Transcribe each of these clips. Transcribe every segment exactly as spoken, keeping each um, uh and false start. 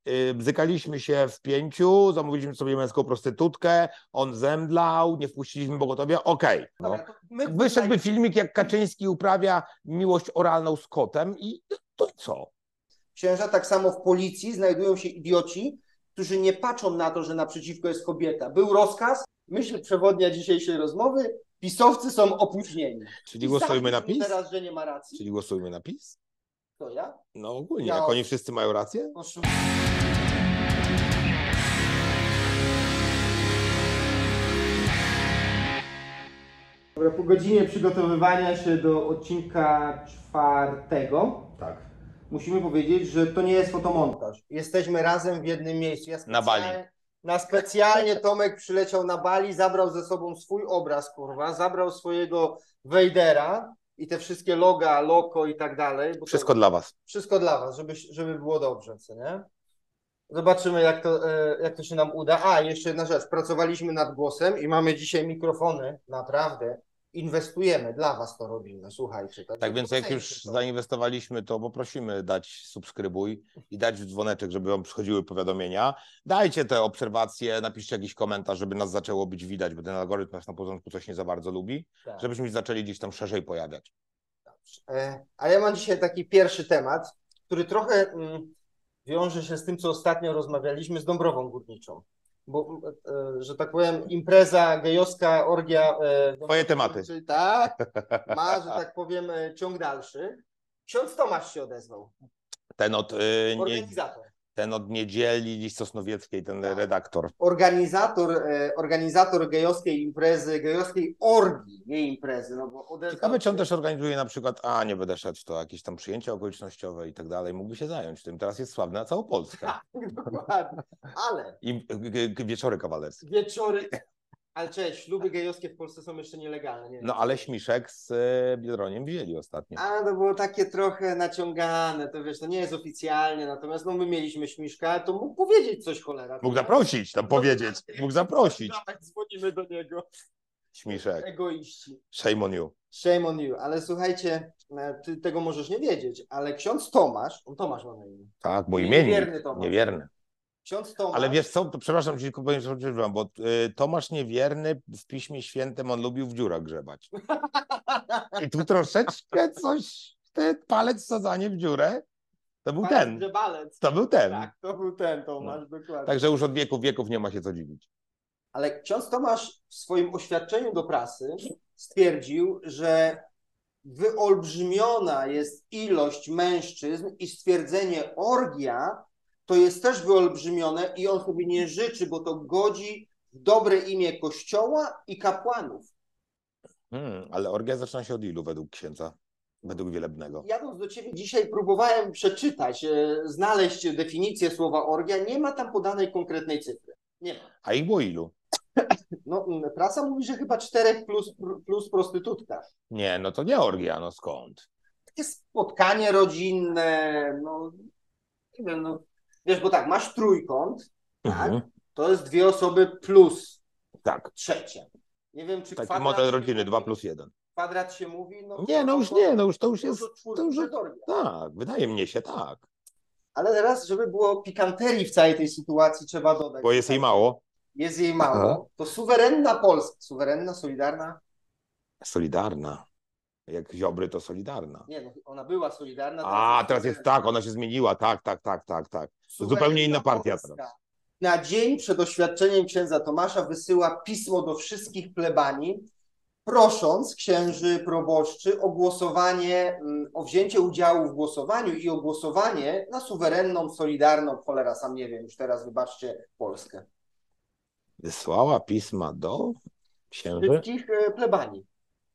yy, bzykaliśmy się w pięciu, zamówiliśmy sobie męską prostytutkę, on zemdlał, nie wpuściliśmy pogotowia, okej. Okay, no. Wyszedłby filmik, jak Kaczyński uprawia miłość oralną z kotem i to i co? Księża, tak samo w policji znajdują się idioci, którzy nie patrzą na to, że naprzeciwko jest kobieta. Był rozkaz, myśl przewodnia dzisiejszej rozmowy, pisowcy są opóźnieni. Czyli głosujmy na PiS? Teraz, że nie ma racji. Czyli głosujmy na PiS? To ja? No ogólnie, ja jak oni wszyscy mają rację? Proszę. Dobra, po godzinie przygotowywania się do odcinka czwartego. Tak. Musimy powiedzieć, że to nie jest fotomontaż. Jesteśmy razem w jednym miejscu. Ja na Bali. Na specjalnie Tomek przyleciał na Bali, zabrał ze sobą swój obraz, kurwa, zabrał swojego Wejdera i te wszystkie loga, loko i tak dalej. Bo wszystko to, dla was. Wszystko dla was, żeby, żeby było dobrze, co nie? Zobaczymy, jak to, jak to się nam uda. A, jeszcze jedna rzecz. Pracowaliśmy nad głosem i mamy dzisiaj mikrofony, naprawdę. Inwestujemy, dla was to robimy, słuchajcie. Tak, tak więc jak już to. zainwestowaliśmy, to poprosimy dać subskrybuj i dać dzwoneczek, żeby wam przychodziły powiadomienia. Dajcie te obserwacje, napiszcie jakiś komentarz, żeby nas zaczęło być widać, bo ten algorytm nas na początku coś nie za bardzo lubi, tak. Żebyśmy się zaczęli gdzieś tam szerzej pojawiać. Dobrze. A ja mam dzisiaj taki pierwszy temat, który trochę mm, wiąże się z tym, co ostatnio rozmawialiśmy z Dąbrową Górniczą. Bo, e, że tak powiem, impreza gejowska, orgia... E, Twoje tematy. Czy, tak, ma, że tak powiem, ciąg dalszy. Ksiądz Tomasz się odezwał. Ten od... Yy, Organizator. Nie, ten od niedzieli dziś Sosnowieckiej, ten tak. redaktor. Organizator, e, organizator gejowskiej imprezy, gejowskiej orgii, nie imprezy. No bo odezwał Ciekawe, czy on się... też organizuje na przykład, a nie będę szedł w to, jakieś tam przyjęcia okolicznościowe i tak dalej. Mógłby się zająć tym. Teraz jest sławny na całą Polskę. Tak, dokładnie. Ale... I wieczory kawalerskie. Wieczory... Ale cześć, śluby gejowskie w Polsce są jeszcze nielegalne. Nie no ale Śmiszek z Biedroniem wzięli ostatnio. A, to było takie trochę naciągane, to wiesz, to nie jest oficjalnie, natomiast no my mieliśmy Śmiszka, to mógł powiedzieć coś, cholera. Mógł zaprosić, tam powiedzieć, mógł zaprosić. Tak, dzwonimy do niego. Śmiszek. Egoiści. Shame on you. Shame on you, ale słuchajcie, ty tego możesz nie wiedzieć, ale ksiądz Tomasz, on Tomasz ma na imię. Tak, bo imiennik. Niewierny Tomasz. Niewierny. Ksiądz Tomasz... Ale wiesz co, to przepraszam, ci tylko powiem, bo y, Tomasz Niewierny w Piśmie Świętym on lubił w dziurach grzebać. I tu troszeczkę coś, ten palec wsadzanie w dziurę, to był palec ten. Grzebalec. To był ten. Tak, to był ten Tomasz, no. Dokładnie. Także już od wieków wieków nie ma się co dziwić. Ale ksiądz Tomasz w swoim oświadczeniu do prasy stwierdził, że wyolbrzymiona jest ilość mężczyzn i stwierdzenie orgia to jest też wyolbrzymione i on sobie nie życzy, bo to godzi w dobre imię Kościoła i kapłanów. Hmm, ale orgia zaczyna się od ilu według księdza? Według Wielebnego. Jadąc do ciebie dzisiaj próbowałem przeczytać, e, znaleźć definicję słowa orgia. Nie ma tam podanej konkretnej cyfry. Nie ma. A ich było ilu? No, prasa mówi, że chyba czterech plus, plus prostytutka. Nie, no to nie orgia, no skąd? Takie spotkanie rodzinne, no nie wiem, no. Wiesz, bo tak, masz trójkąt, mhm. tak? To jest dwie osoby plus tak. trzecia. Nie wiem, czy taki model rodziny, dwa plus jeden. Kwadrat się mówi? No, nie, no już nie, no już to już jest... To to już, jest tak, wydaje mnie się, tak. Ale teraz, żeby było pikanterii w całej tej sytuacji, trzeba dodać. Bo jest jej mało. Jest jej mało. Aha. To suwerenna Polska. Suwerenna, solidarna? Solidarna. Jak Ziobry, to Solidarna. Nie, no ona była Solidarna. A, jest teraz jest tak, ona się zmieniła, tak, tak, tak, tak, tak. To zupełnie inna partia Polska. Teraz. Na dzień przed oświadczeniem księdza Tomasza wysyła pismo do wszystkich plebanii, prosząc księży proboszczy o głosowanie, o wzięcie udziału w głosowaniu i o głosowanie na suwerenną, solidarną, cholera, sam nie wiem, już teraz wybaczcie, Polskę. Wysłała pisma do księży? Wszystkich plebanii.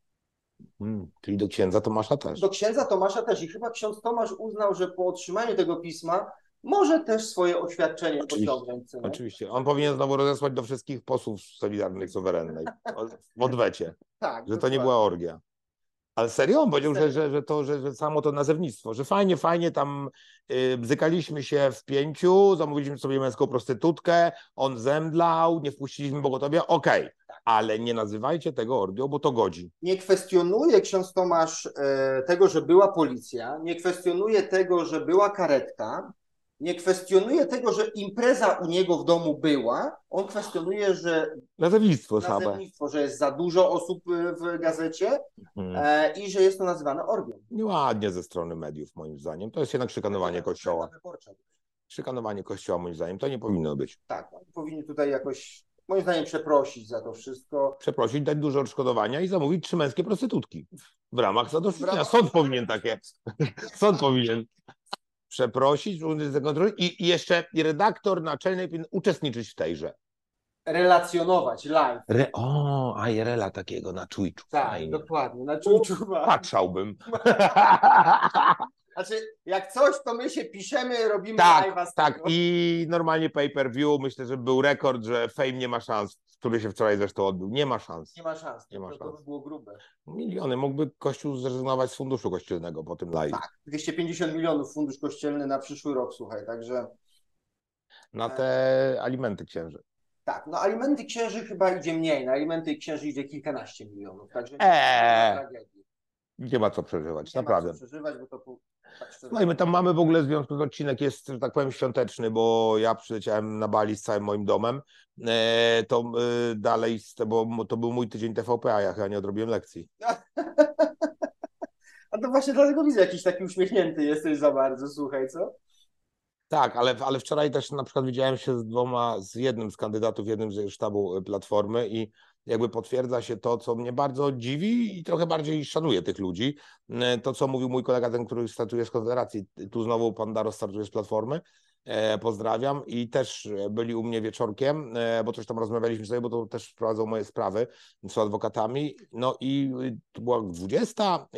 Hmm, czyli do księdza Tomasza też. Do księdza Tomasza też i chyba ksiądz Tomasz uznał, że po otrzymaniu tego pisma może też swoje oświadczenie pociągnąć. Oczywiście. On powinien znowu rozesłać do wszystkich posłów Solidarnej Suwerennej w odwecie, tak, że to nie była orgia. Ale serio? On powiedział, że, że, że, to, że, że samo to nazewnictwo, że fajnie, fajnie tam yy, bzykaliśmy się w pięciu, zamówiliśmy sobie męską prostytutkę, on zemdlał, nie wpuściliśmy pogotowia, okej. Okay. Ale nie nazywajcie tego orgią, bo to godzi. Nie kwestionuje ksiądz Tomasz e, tego, że była policja, nie kwestionuje tego, że była karetka, nie kwestionuje tego, że impreza u niego w domu była, on kwestionuje, że Nazewnictwo same. nazewnictwo, że jest za dużo osób w gazecie Hmm. e, i że jest to nazywane orgią. Nieładnie ze strony mediów, moim zdaniem. To jest jednak szykanowanie Kościoła. Szykanowanie Kościoła, moim zdaniem. To nie powinno być. Tak, oni powinni tutaj jakoś, moim zdaniem, przeprosić za to wszystko. Przeprosić, dać duże odszkodowania i zamówić trzy męskie prostytutki. W ramach zadośćuczynienia. Sąd powinien takie. Sąd powinien przeprosić i, i jeszcze redaktor naczelny powinien uczestniczyć w tejże. Relacjonować live. Re o, a Jerela takiego na Twitchu. Tak, fajnie. dokładnie, na Twitchu. Patrzałbym. Znaczy, jak coś, to my się piszemy, robimy tak, live'a z tak. tego. I normalnie pay per view, myślę, że był rekord, że Fame nie ma szans, który się wczoraj zresztą odbył. Nie ma szans. Nie ma szans, nie ma to, szans. to by było grube. Miliony. Mógłby Kościół zrezygnować z funduszu kościelnego po tym live. Tak, dwieście pięćdziesiąt milionów fundusz kościelny na przyszły rok, słuchaj, także... Na te alimenty księży. Tak, no alimenty księży chyba idzie mniej, na alimenty księży idzie kilkanaście milionów, także nie eee, ma tragedii. Nie ma co przeżywać, nie naprawdę. Ma co przeżywać, bo to po, tak no i my tam mamy w ogóle w związku z odcinek jest, że tak powiem, świąteczny, bo ja przyleciałem na Bali z całym moim domem, e, to e, dalej, bo to był mój tydzień T V P, a ja chyba nie odrobiłem lekcji. A to właśnie dlatego widzę, jakiś taki uśmiechnięty jesteś za bardzo, słuchaj, co? Tak, ale, ale wczoraj też na przykład widziałem się z dwoma, z jednym z kandydatów, jednym z sztabu Platformy i jakby potwierdza się to, co mnie bardzo dziwi i trochę bardziej szanuję tych ludzi. To, co mówił mój kolega, ten, który startuje z Konfederacji, tu znowu pan Daro startuje z Platformy, e, pozdrawiam, i też byli u mnie wieczorkiem, e, bo coś tam rozmawialiśmy sobie, bo to też prowadzą moje sprawy, są adwokatami, no i to była dwudziesta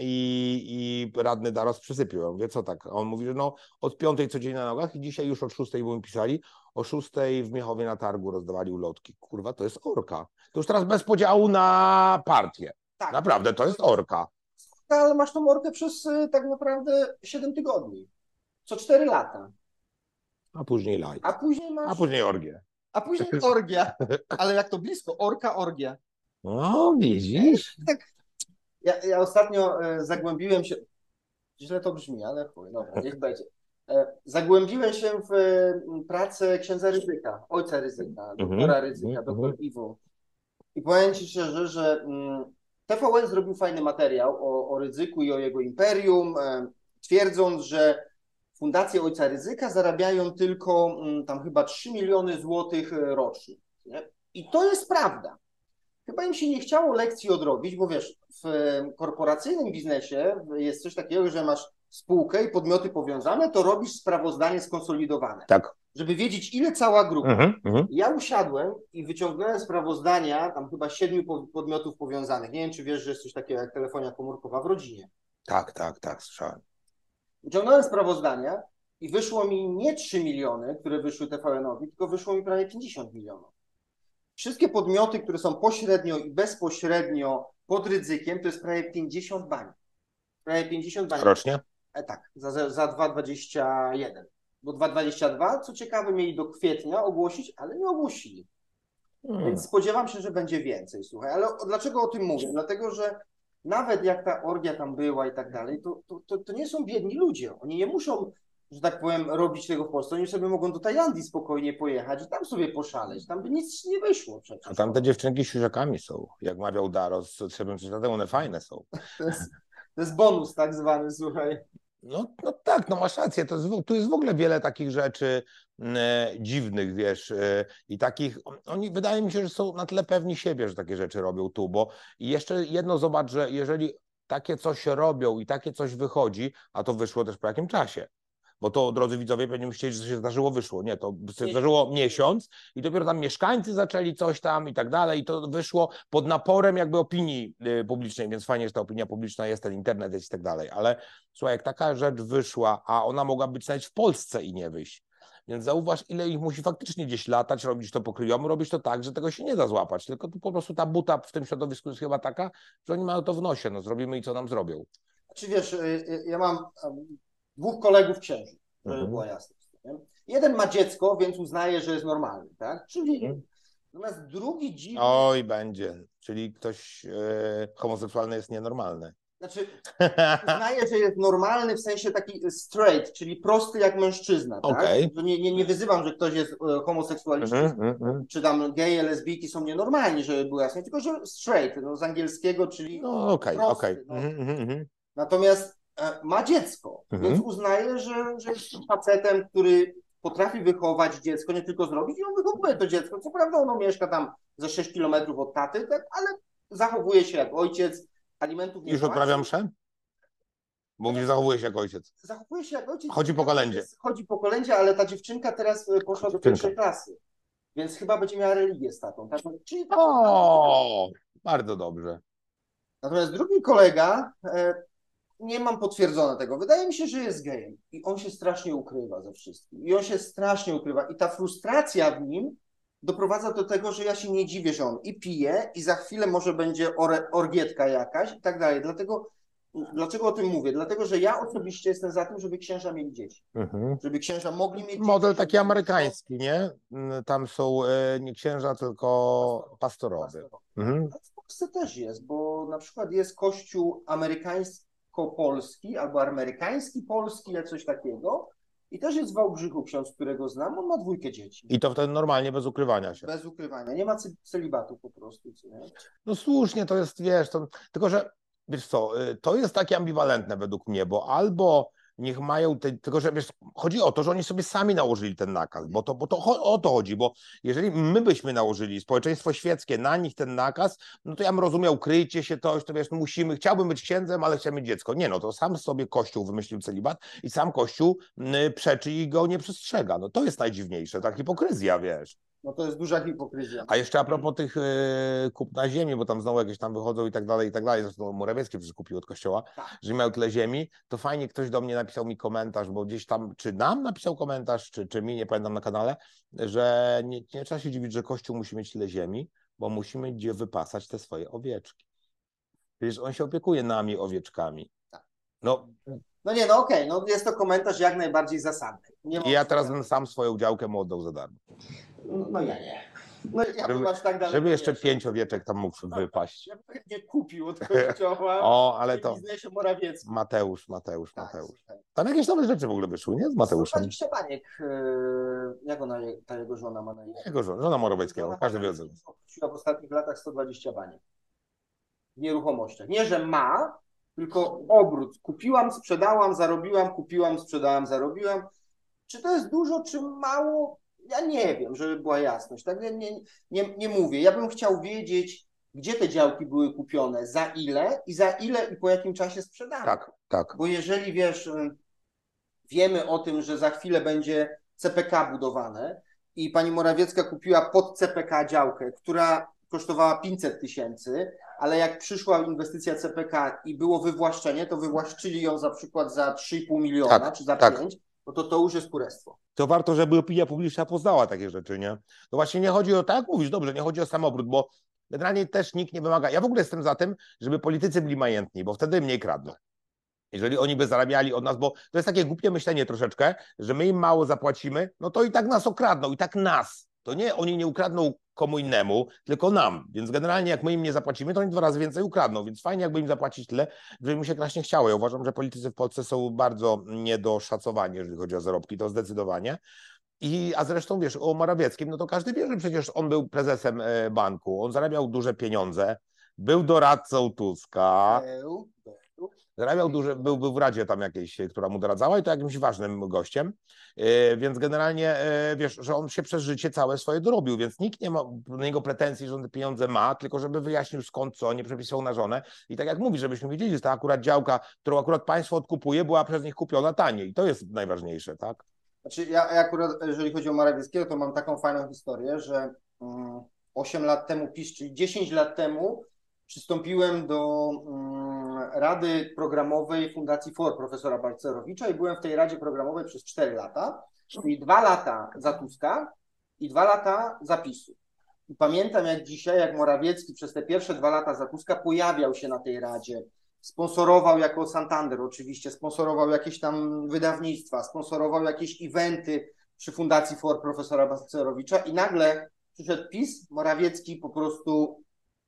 i, i radny Daros przysypił. Ja mówię, co tak? A on mówi, że no od piątej codziennie na nogach i dzisiaj już od szóstej, bo mi pisali, o szóstej w Miechowie na targu rozdawali ulotki. Kurwa, to jest orka. To już teraz bez podziału na partię. Tak. Naprawdę, to jest orka. Ale masz tą orkę przez tak naprawdę siedem tygodni. Co cztery lata. A później light. A później masz... A później orgię. A później orgia. Ale jak to blisko, orka, orgia. No, widzisz? Tak. Ja, ja ostatnio e, zagłębiłem się... Źle to brzmi, ale chuj, dobra, niech będzie. E, zagłębiłem się w e, pracę księdza Rydzyka, ojca Rydzyka, doktora Mhm, Rydzyka, mhm. doktor Iwo. I powiem ci szczerze, że mm, T V N zrobił fajny materiał o, o Rydzyku i o jego imperium, e, twierdząc, że fundacje ojca Rydzyka zarabiają tylko mm, tam chyba trzy miliony złotych rocznie. Nie? I to jest prawda. Chyba im się nie chciało lekcji odrobić, bo wiesz, w korporacyjnym biznesie jest coś takiego, że masz spółkę i podmioty powiązane, to robisz sprawozdanie skonsolidowane. Tak. Żeby wiedzieć, ile cała grupa. Mhm, mhm. Ja usiadłem i wyciągnąłem sprawozdania tam chyba siedmiu podmiotów powiązanych. Nie wiem, czy wiesz, że jest coś takiego jak telefonia komórkowa w rodzinie. Tak, tak, tak, słyszałem. Wyciągnąłem sprawozdania i wyszło mi nie trzy miliony, które wyszły T V N-owi, tylko wyszło mi prawie pięćdziesiąt milionów. Wszystkie podmioty, które są pośrednio i bezpośrednio pod Rydzykiem, to jest prawie pięćdziesiąt baniek. Prawie pięćdziesiąt baniek. Rocznie? E, tak, za, za, za dwa tysiące dwudziesty pierwszy. Bo dwa tysiące dwudziesty drugi, co ciekawe, mieli do kwietnia ogłosić, ale nie ogłosili. Hmm. Więc spodziewam się, że będzie więcej, słuchaj. Ale o, dlaczego o tym mówię? Dlatego, że nawet jak ta orgia tam była i tak dalej, to, to, to, to nie są biedni ludzie. Oni nie muszą, że tak powiem, robić tego w Polsce. Oni sobie mogą do Tajlandii spokojnie pojechać i tam sobie poszaleć. Tam by nic nie wyszło przecież. A tam te dziewczynki siusiakami są. Jak mawiał Daros, siedem lat temu, one fajne są. To jest, to jest bonus tak zwany, słuchaj. No, no tak, no masz rację. To jest, tu jest w ogóle wiele takich rzeczy e, dziwnych, wiesz, e, i takich, oni wydaje mi się, że są na tyle pewni siebie, że takie rzeczy robią tu, bo i jeszcze jedno zobacz, że jeżeli takie coś robią i takie coś wychodzi, a to wyszło też po jakim czasie. Bo to, drodzy widzowie, pewnie myśleli, że się zdarzyło, wyszło. Nie, to się zdarzyło miesiąc i dopiero tam mieszkańcy zaczęli coś tam i tak dalej i to wyszło pod naporem jakby opinii publicznej, więc fajnie, że ta opinia publiczna jest, ten internet jest i tak dalej. Ale słuchaj, jak taka rzecz wyszła, a ona mogła być nawet w Polsce i nie wyjść, więc zauważ, ile ich musi faktycznie gdzieś latać, robić to pokryjomu, robić to tak, że tego się nie da złapać, tylko tu po prostu ta buta w tym środowisku jest chyba taka, że oni mają to w nosie, no zrobimy i co nam zrobią. Czy wiesz, ja mam dwóch kolegów księży, żeby Mhm. była jasność. Nie? Jeden ma dziecko, więc uznaje, że jest normalny, tak? Czyli Mhm. natomiast drugi dziwny... Oj, będzie. Czyli ktoś e, homoseksualny jest nienormalny. Znaczy, uznaję, że jest normalny w sensie taki straight, czyli prosty jak mężczyzna, Okej. tak? Że nie, nie, nie wyzywam, że ktoś jest e, homoseksualistą, Mhm, mhm. czy tam geje, lesbijki są nienormalni, żeby było jasne, tylko że straight, no, z angielskiego, czyli No okej, prosty. okej. No. Mhm, mhm, mhm. Natomiast e, ma dziecko, Mhm. więc uznaję, że, że jest facetem, który potrafi wychować dziecko, nie tylko zrobić, i on wychowuje to dziecko. Co prawda ono mieszka tam ze sześć kilometrów od taty, tak, ale zachowuje się jak ojciec, alimentów nie Już płaci. odprawiam mszę? Bo mówisz, zachowuje się jak ojciec. Zachowuje się jak ojciec. Chodzi po kolędzie. Chodzi po kolędzie, ale ta dziewczynka teraz e, poszła do Dziewczynka. pierwszej klasy, więc chyba będzie miała religię z tatą. Tak? Czyli tak. O, bardzo dobrze. Natomiast drugi kolega, e, nie mam potwierdzone tego, wydaje mi się, że jest gejem i on się strasznie ukrywa ze wszystkim. I on się strasznie ukrywa i ta frustracja w nim doprowadza do tego, że ja się nie dziwię, że on i pije i za chwilę może będzie or orgietka jakaś i tak dalej. Dlatego, dlaczego o tym mówię? Dlatego, że ja osobiście jestem za tym, żeby księża mieli dzieci. Mhm. Żeby księża mogli mieć Model dzieci, taki żeby- amerykański, nie? Tam są e, nie księża, tylko pastorowie. Mhm. Ale w Polsce też jest, bo na przykład jest kościół amerykańsko-polski albo amerykański polski, jak coś takiego. I też jest w Wałbrzychu ksiądz, którego znam, on ma dwójkę dzieci. I to wtedy normalnie, bez ukrywania się. Bez ukrywania. Nie ma ce- celibatu po prostu. Co nie? No słusznie, to jest, wiesz, to, tylko że, wiesz co, y, to jest takie ambiwalentne według mnie, bo albo niech mają, te, tylko że wiesz, chodzi o to, że oni sobie sami nałożyli ten nakaz, bo to, bo to cho- o to chodzi, bo jeżeli my byśmy nałożyli, społeczeństwo świeckie, na nich ten nakaz, no to ja bym rozumiał, kryjcie się coś, to wiesz, no musimy, chciałbym być księdzem, ale chcę mieć dziecko. Nie, no to sam sobie Kościół wymyślił celibat i sam Kościół y, przeczy i go nie przestrzega. No to jest najdziwniejsze, ta hipokryzja, wiesz. No to jest duża hipokryzja. A jeszcze a propos tych y, kup na ziemi, bo tam znowu jakieś tam wychodzą i tak dalej, i tak dalej. Zresztą Morawiecki przecież kupił od kościoła, Tak. że miał tyle ziemi. To fajnie ktoś do mnie napisał mi komentarz, bo gdzieś tam, czy nam napisał komentarz, czy, czy mi, nie pamiętam, na kanale, że nie, nie trzeba się dziwić, że Kościół musi mieć tyle ziemi, bo musi mieć gdzie wypasać te swoje owieczki. Przecież on się opiekuje nami, owieczkami. No No nie, no okej, no jest to komentarz jak najbardziej zasadny. Nie i mam ja teraz co- bym sam swoją działkę mu oddał za darmo. No ja nie. No ja bym Żeby, aż tak dalej żeby nie jeszcze szedł. pięć owieczek tam mógł wypaść. Ja bym chętnie kupił od kościoła. O, ale w to biznesie Morawieckim. Mateusz, Mateusz, Tak, Mateusz. słuchaj. Tam jakieś nowe rzeczy w ogóle wyszły, nie? Z sto Mateuszem. dwadzieścia baniek. Yy, jak ona, je- ta jego żona ma na imię? Jego żona, żona Morawieckiego, Żona każdy wie. Morawieckiego kupiła w ostatnich latach sto dwadzieścia baniek w nieruchomościach. Nie, że ma, tylko obrót. Kupiłam, sprzedałam, zarobiłam, kupiłam, sprzedałam, zarobiłam. Czy to jest dużo, czy mało? Ja nie wiem, żeby była jasność. Tak nie, nie, nie, nie mówię. Ja bym chciał wiedzieć, gdzie te działki były kupione, za ile i za ile i po jakim czasie sprzedane. Tak, tak. Bo jeżeli wiesz, y, wiemy o tym, że za chwilę będzie C P K budowane i pani Morawiecka kupiła pod C P K działkę, która kosztowała pięćset tysięcy, ale jak przyszła inwestycja C P K i było wywłaszczenie, to wywłaszczyli ją za przykład za trzy i pół miliona, Tak, czy za tak. pięć, no to to już jest kurestwo. To warto, żeby opinia publiczna poznała takie rzeczy, nie? To właśnie nie chodzi o, tak jak mówisz, dobrze, nie chodzi o samobrót, bo generalnie też nikt nie wymaga. Ja w ogóle jestem za tym, żeby politycy byli majętni, bo wtedy mniej kradną. Jeżeli oni by zarabiali od nas, bo to jest takie głupie myślenie troszeczkę, że my im mało zapłacimy, no to i tak nas okradną, i tak nas. To nie, oni nie ukradną komu innemu, tylko nam. Więc generalnie jak my im nie zapłacimy, to oni dwa razy więcej ukradną. Więc fajnie, jakby im zapłacić tyle, żeby im się kraśnie chciało. Ja uważam, że politycy w Polsce są bardzo niedoszacowani, jeżeli chodzi o zarobki, to zdecydowanie. I, a zresztą wiesz, o Morawieckim, no to każdy wie, że przecież on był prezesem e, banku, on zarabiał duże pieniądze, był doradcą Tuska, Był, był. zarabiał duże, był, był w Radzie tam jakiejś, która mu doradzała i to jakimś ważnym gościem, e, więc generalnie e, wiesz, że on się przez życie całe swoje dorobił, więc nikt nie ma do niego pretensji, że on te pieniądze ma, tylko żeby wyjaśnił skąd co, nie przepisał na żonę i tak jak mówi, żebyśmy wiedzieli, że ta akurat działka, którą akurat państwo odkupuje, była przez nich kupiona taniej i to jest najważniejsze, tak? Znaczy ja, ja akurat, jeżeli chodzi o Morawieckiego, to mam taką fajną historię, że mm, osiem lat temu PiS, czyli dziesięć lat temu przystąpiłem do mm, Rady Programowej Fundacji F O R profesora Balcerowicza i byłem w tej Radzie Programowej przez cztery lata, czyli dwa lata za Tuska i dwa lata za PiSu. I pamiętam jak dzisiaj, jak Morawiecki przez te pierwsze dwa lata za Tuska pojawiał się na tej Radzie, sponsorował jako Santander oczywiście, sponsorował jakieś tam wydawnictwa, sponsorował jakieś eventy przy Fundacji F O R profesora Balcerowicza i nagle przyszedł PiS, Morawiecki po prostu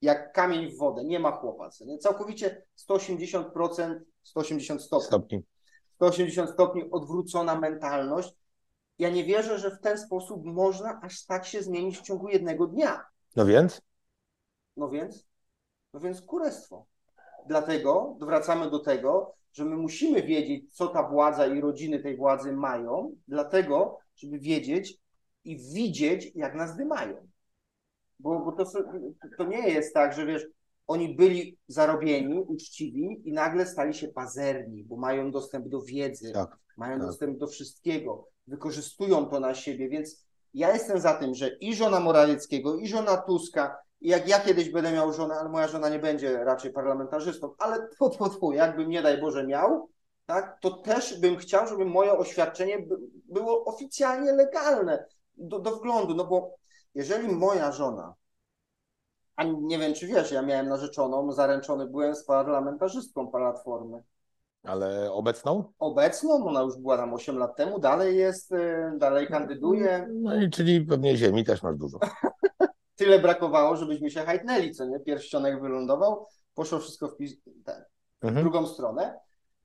jak kamień w wodę, nie ma chłopa, co nie? Całkowicie sto osiemdziesiąt procent, sto osiemdziesiąt stopni, Stopni. sto osiemdziesiąt stopni odwrócona mentalność. Ja nie wierzę, że w ten sposób można aż tak się zmienić w ciągu jednego dnia. No więc? No więc, no więc kurestwo. Dlatego wracamy do tego, że my musimy wiedzieć, co ta władza i rodziny tej władzy mają, dlatego, żeby wiedzieć i widzieć, jak nas dymają. Bo, bo to, to nie jest tak, że wiesz, oni byli zarobieni, uczciwi i nagle stali się pazerni, bo mają dostęp do wiedzy, Tak, mają tak. dostęp do wszystkiego, wykorzystują to na siebie, więc ja jestem za tym, że i żona Morawieckiego, i żona Tuska, i jak ja kiedyś będę miał żonę, ale moja żona nie będzie raczej parlamentarzystą, ale tfu, tfu, tfu, jakbym nie daj Boże miał, tak, to też bym chciał, żeby moje oświadczenie by, było oficjalnie legalne do, do wglądu, no bo jeżeli moja żona, a nie wiem, czy wiesz, ja miałem narzeczoną, zaręczony byłem z parlamentarzystką Platformy. Ale obecną? Obecną, ona już była tam osiem lat temu, dalej jest, dalej kandyduje. No i czyli pewnie ziemi też masz dużo. Tyle brakowało, żebyśmy się hajtnęli, co nie? Pierścionek wylądował, poszło wszystko w, pis- ten, w Mhm. drugą stronę.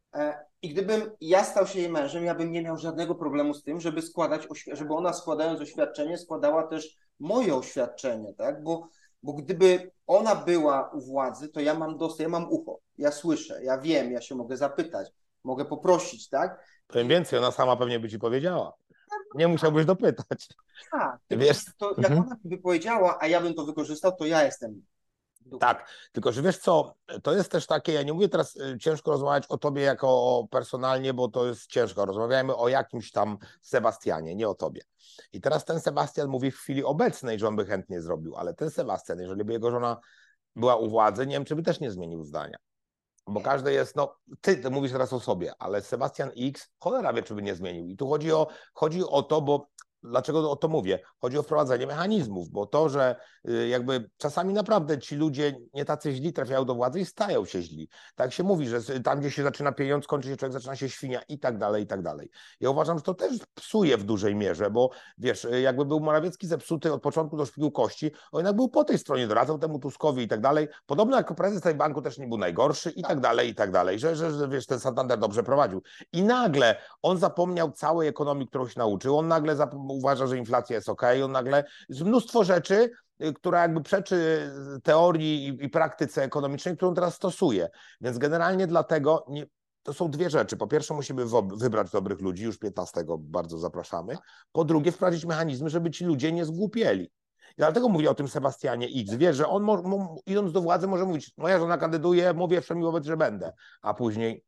I gdybym ja stał się jej mężem, ja bym nie miał żadnego problemu z tym, żeby składać, żeby ona składając oświadczenie, składała też moje oświadczenie, tak? Bo, bo gdyby ona była u władzy, to ja mam dostęp, ja mam ucho, ja słyszę, ja wiem, ja się mogę zapytać, mogę poprosić, tak? Powiem więcej, ona sama pewnie by ci powiedziała. Nie musiałbyś dopytać. A, tylko Wiesz? to jak Mhm. ona by powiedziała, a ja bym to wykorzystał, to ja jestem. Tak, tylko że wiesz co, to jest też takie, ja nie mówię teraz y, ciężko rozmawiać o tobie jako o personalnie, bo to jest ciężko. Rozmawiajmy o jakimś tam Sebastianie, nie o tobie. I teraz ten Sebastian mówi w chwili obecnej, że on by chętnie zrobił, ale ten Sebastian, jeżeli by jego żona była u władzy, nie wiem, czy by też nie zmienił zdania. Bo każdy jest, no, ty, ty mówisz teraz o sobie, ale Sebastian X, cholera wie, czy by nie zmienił. I tu chodzi o, chodzi o to, bo dlaczego o to mówię? Chodzi o wprowadzenie mechanizmów, bo to, że y, jakby czasami naprawdę ci ludzie nie tacy źli trafiają do władzy i stają się źli. Tak się mówi, że tam, gdzie się zaczyna pieniądz, kończy się człowiek, zaczyna się świnia i tak dalej, i tak dalej. Ja uważam, że to też psuje w dużej mierze, bo wiesz, jakby był Morawiecki zepsuty od początku do szpiku kości, on jednak był po tej stronie, doradzał temu Tuskowi i tak dalej. Podobno jako prezes tej banku też nie był najgorszy i tak dalej, i tak dalej, że, że, że wiesz, ten Santander dobrze prowadził. I nagle on zapomniał całej ekonomii, którą się nauczył, on nagle uważa, że inflacja jest okej, on nagle jest mnóstwo rzeczy, która jakby przeczy teorii i, i praktyce ekonomicznej, którą teraz stosuje. Więc generalnie dlatego nie, to są dwie rzeczy. Po pierwsze musimy wybrać dobrych ludzi, już piętnastego bardzo zapraszamy. Po drugie wprowadzić mechanizmy, żeby ci ludzie nie zgłupieli. I dlatego mówię o tym Sebastianie X. Wiesz, że on mo, mo, idąc do władzy może mówić, moja żona kandyduje, mówię wszemi wobec, że będę. A później,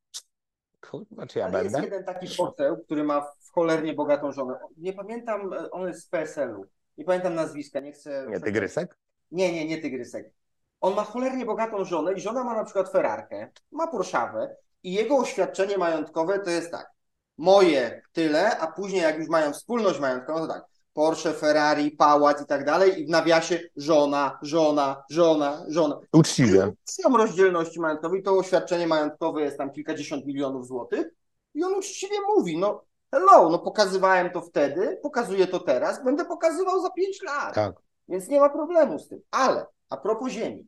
kurwa, czy ja Ale będę? jest jeden taki poseł, który ma w cholernie bogatą żonę. Nie pamiętam, on jest z P S L u. Nie pamiętam nazwiska, nie chcę... Nie, Tygrysek? Nie, nie, nie Tygrysek. On ma cholernie bogatą żonę i żona ma na przykład Ferrarkę, ma Porszawę i jego oświadczenie majątkowe to jest tak, moje tyle, a później jak już mają wspólność majątkową, to tak, Porsche, Ferrari, pałac i tak dalej i w nawiasie żona, żona, żona, żona. Uczciwie. Są rozdzielności majątkowej, to oświadczenie majątkowe jest tam kilkadziesiąt milionów złotych i on uczciwie mówi, no hello, no pokazywałem to wtedy, pokazuję to teraz, będę pokazywał za pięć lat. Tak. Więc nie ma problemu z tym. Ale a propos ziemi,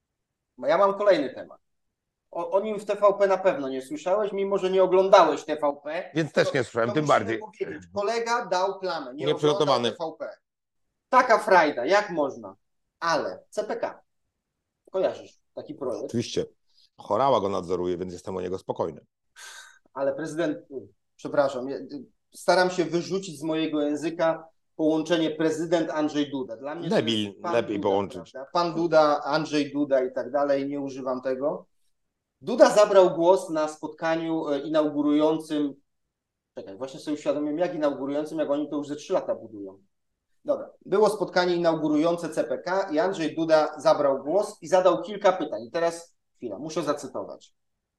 bo ja mam kolejny temat. O, o nim w T V P na pewno nie słyszałeś, mimo że nie oglądałeś T V P. Więc też nie słyszałem, tym bardziej. Powiedzieć. Kolega dał plamę, nie Nieprzygotowany. oglądał T V P. Taka frajda, jak można? Ale C P K, kojarzysz taki projekt? Oczywiście. Horała go nadzoruje, więc jestem o niego spokojny. Ale prezydent, przepraszam, staram się wyrzucić z mojego języka połączenie prezydent Andrzej Duda. Dla mnie Debil, lepiej Duda, połączyć. Prawda? Pan Duda, Andrzej Duda i tak dalej, nie używam tego. Duda zabrał głos na spotkaniu inaugurującym, czekaj, właśnie sobie uświadomiłem, jak inaugurującym, jak oni to już ze trzy lata budują. Dobra, było spotkanie inaugurujące C P K i Andrzej Duda zabrał głos i zadał kilka pytań. I teraz chwila, muszę zacytować.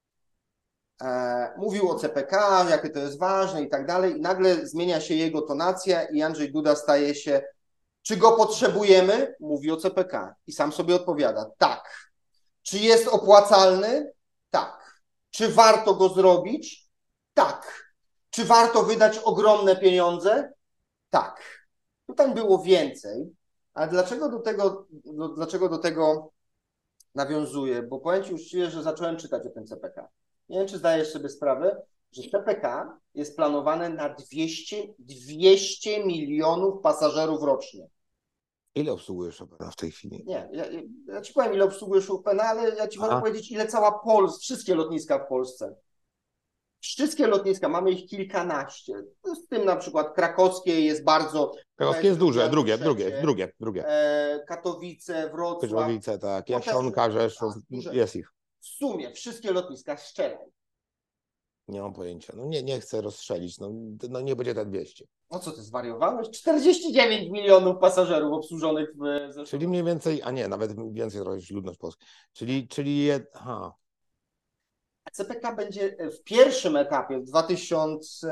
E, mówił o C P K, jakie to jest ważne i tak dalej i nagle zmienia się jego tonacja i Andrzej Duda staje się, czy go potrzebujemy? Mówi o C P K i sam sobie odpowiada, tak. Czy jest opłacalny? Tak. Czy warto go zrobić? Tak. Czy warto wydać ogromne pieniądze? Tak. Pytań było więcej, ale dlaczego do tego, do, dlaczego do tego nawiązuję, bo powiem Ci uczciwie, że zacząłem czytać o tym C P K. Nie wiem, czy zdajesz sobie sprawę, że C P K jest planowane na dwieście, dwieście milionów pasażerów rocznie. Ile obsługujesz Chopina w tej chwili? Nie, ja, ja Ci powiem, ile obsługujesz Chopina, ale ja Ci Aha. mogę powiedzieć, ile cała Polska, wszystkie lotniska w Polsce. Wszystkie lotniska, mamy ich kilkanaście. Z tym na przykład krakowskie jest bardzo... Krakowskie jest duże, drugie, trzecie, drugie, drugie, drugie. E, Katowice, Wrocław. Pyrzowice, tak, To też- Jasionka, Rzeszów, tak, duże. jest ich. W sumie wszystkie lotniska strzelaj. Nie mam pojęcia. No nie, nie chcę rozstrzelić, no, no nie będzie tak dwieście. No co ty zwariowałeś? czterdzieści dziewięć milionów pasażerów obsłużonych w zeszłym Czyli mniej więcej, a nie, nawet więcej trochę niż ludność polska. Czyli, czyli je, aha, C P K będzie w pierwszym etapie w dwa tysiące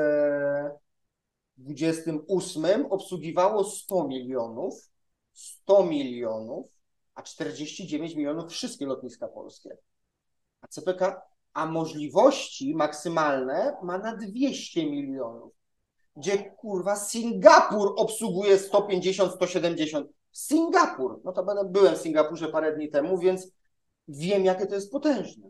dwudziestym ósmym obsługiwało sto milionów, sto milionów, a czterdzieści dziewięć milionów wszystkie lotniska polskie. A C P K, a możliwości maksymalne ma na dwieście milionów. Gdzie kurwa Singapur obsługuje sto pięćdziesiąt, sto siedemdziesiąt. Singapur, no to będę, byłem w Singapurze parę dni temu, więc wiem, jakie to jest potężne.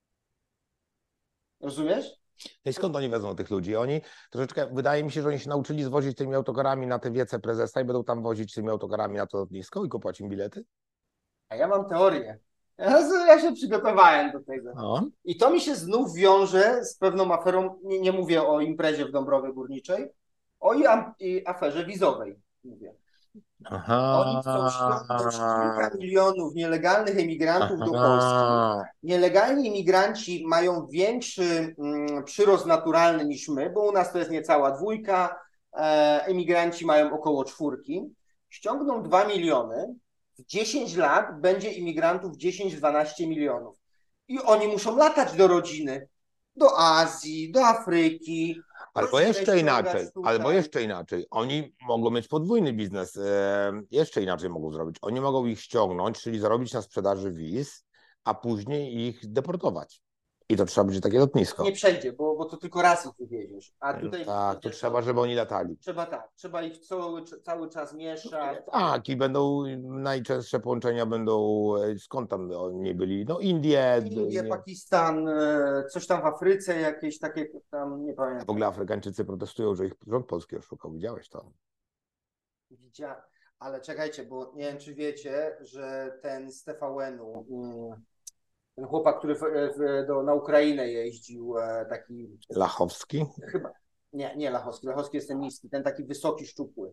Rozumiesz? no i skąd oni wezmą tych ludzi? Oni troszeczkę, wydaje mi się, że oni się nauczyli zwozić tymi autokarami na te wiece prezesa i będą tam wozić tymi autokarami na to lotnisko i kupować im bilety? A ja mam teorię. Ja, ja się przygotowałem do tego. No. I to mi się znów wiąże z pewną aferą, nie, nie mówię o imprezie w Dąbrowie Górniczej, o i, am, i aferze wizowej mówię. Aha. Oni chcą ściągnąć kilka milionów nielegalnych emigrantów do Polski. Aha. Nielegalni imigranci mają większy mm, przyrost naturalny niż my, bo u nas to jest niecała dwójka, e, emigranci mają około czwórki. Ściągną dwa miliony, w dziesięć lat będzie imigrantów dziesięć dwanaście milionów. I oni muszą latać do rodziny, do Azji, do Afryki. Albo rodzinę jeszcze ściągać inaczej, tutaj. albo jeszcze inaczej. Oni mogą mieć podwójny biznes. E, jeszcze inaczej mogą zrobić. Oni mogą ich ściągnąć, czyli zarobić na sprzedaży wiz, a później ich deportować. I to trzeba będzie takie lotnisko. Nie przejdzie, bo, bo to tylko raz ich wywieziesz. A tutaj Tak, to wiesz, trzeba, żeby oni latali. Trzeba tak, trzeba ich cały, cały czas mieszać. Tak, i będą najczęstsze połączenia będą, e, skąd tam oni byli? No Indie. Indie, nie. Pakistan, e, coś tam w Afryce, jakieś takie tam, nie W pamiętam. ogóle Afrykańczycy protestują, że ich rząd polski oszukał. Widziałeś to? Widziałem. Ale czekajcie, bo nie wiem, czy wiecie, że ten z T V N-u, mm, ten chłopak, który w, w, do, na Ukrainę jeździł, e, taki Lachowski? chyba, nie, nie Lachowski, Lachowski jest ten niski, ten taki wysoki, szczupły.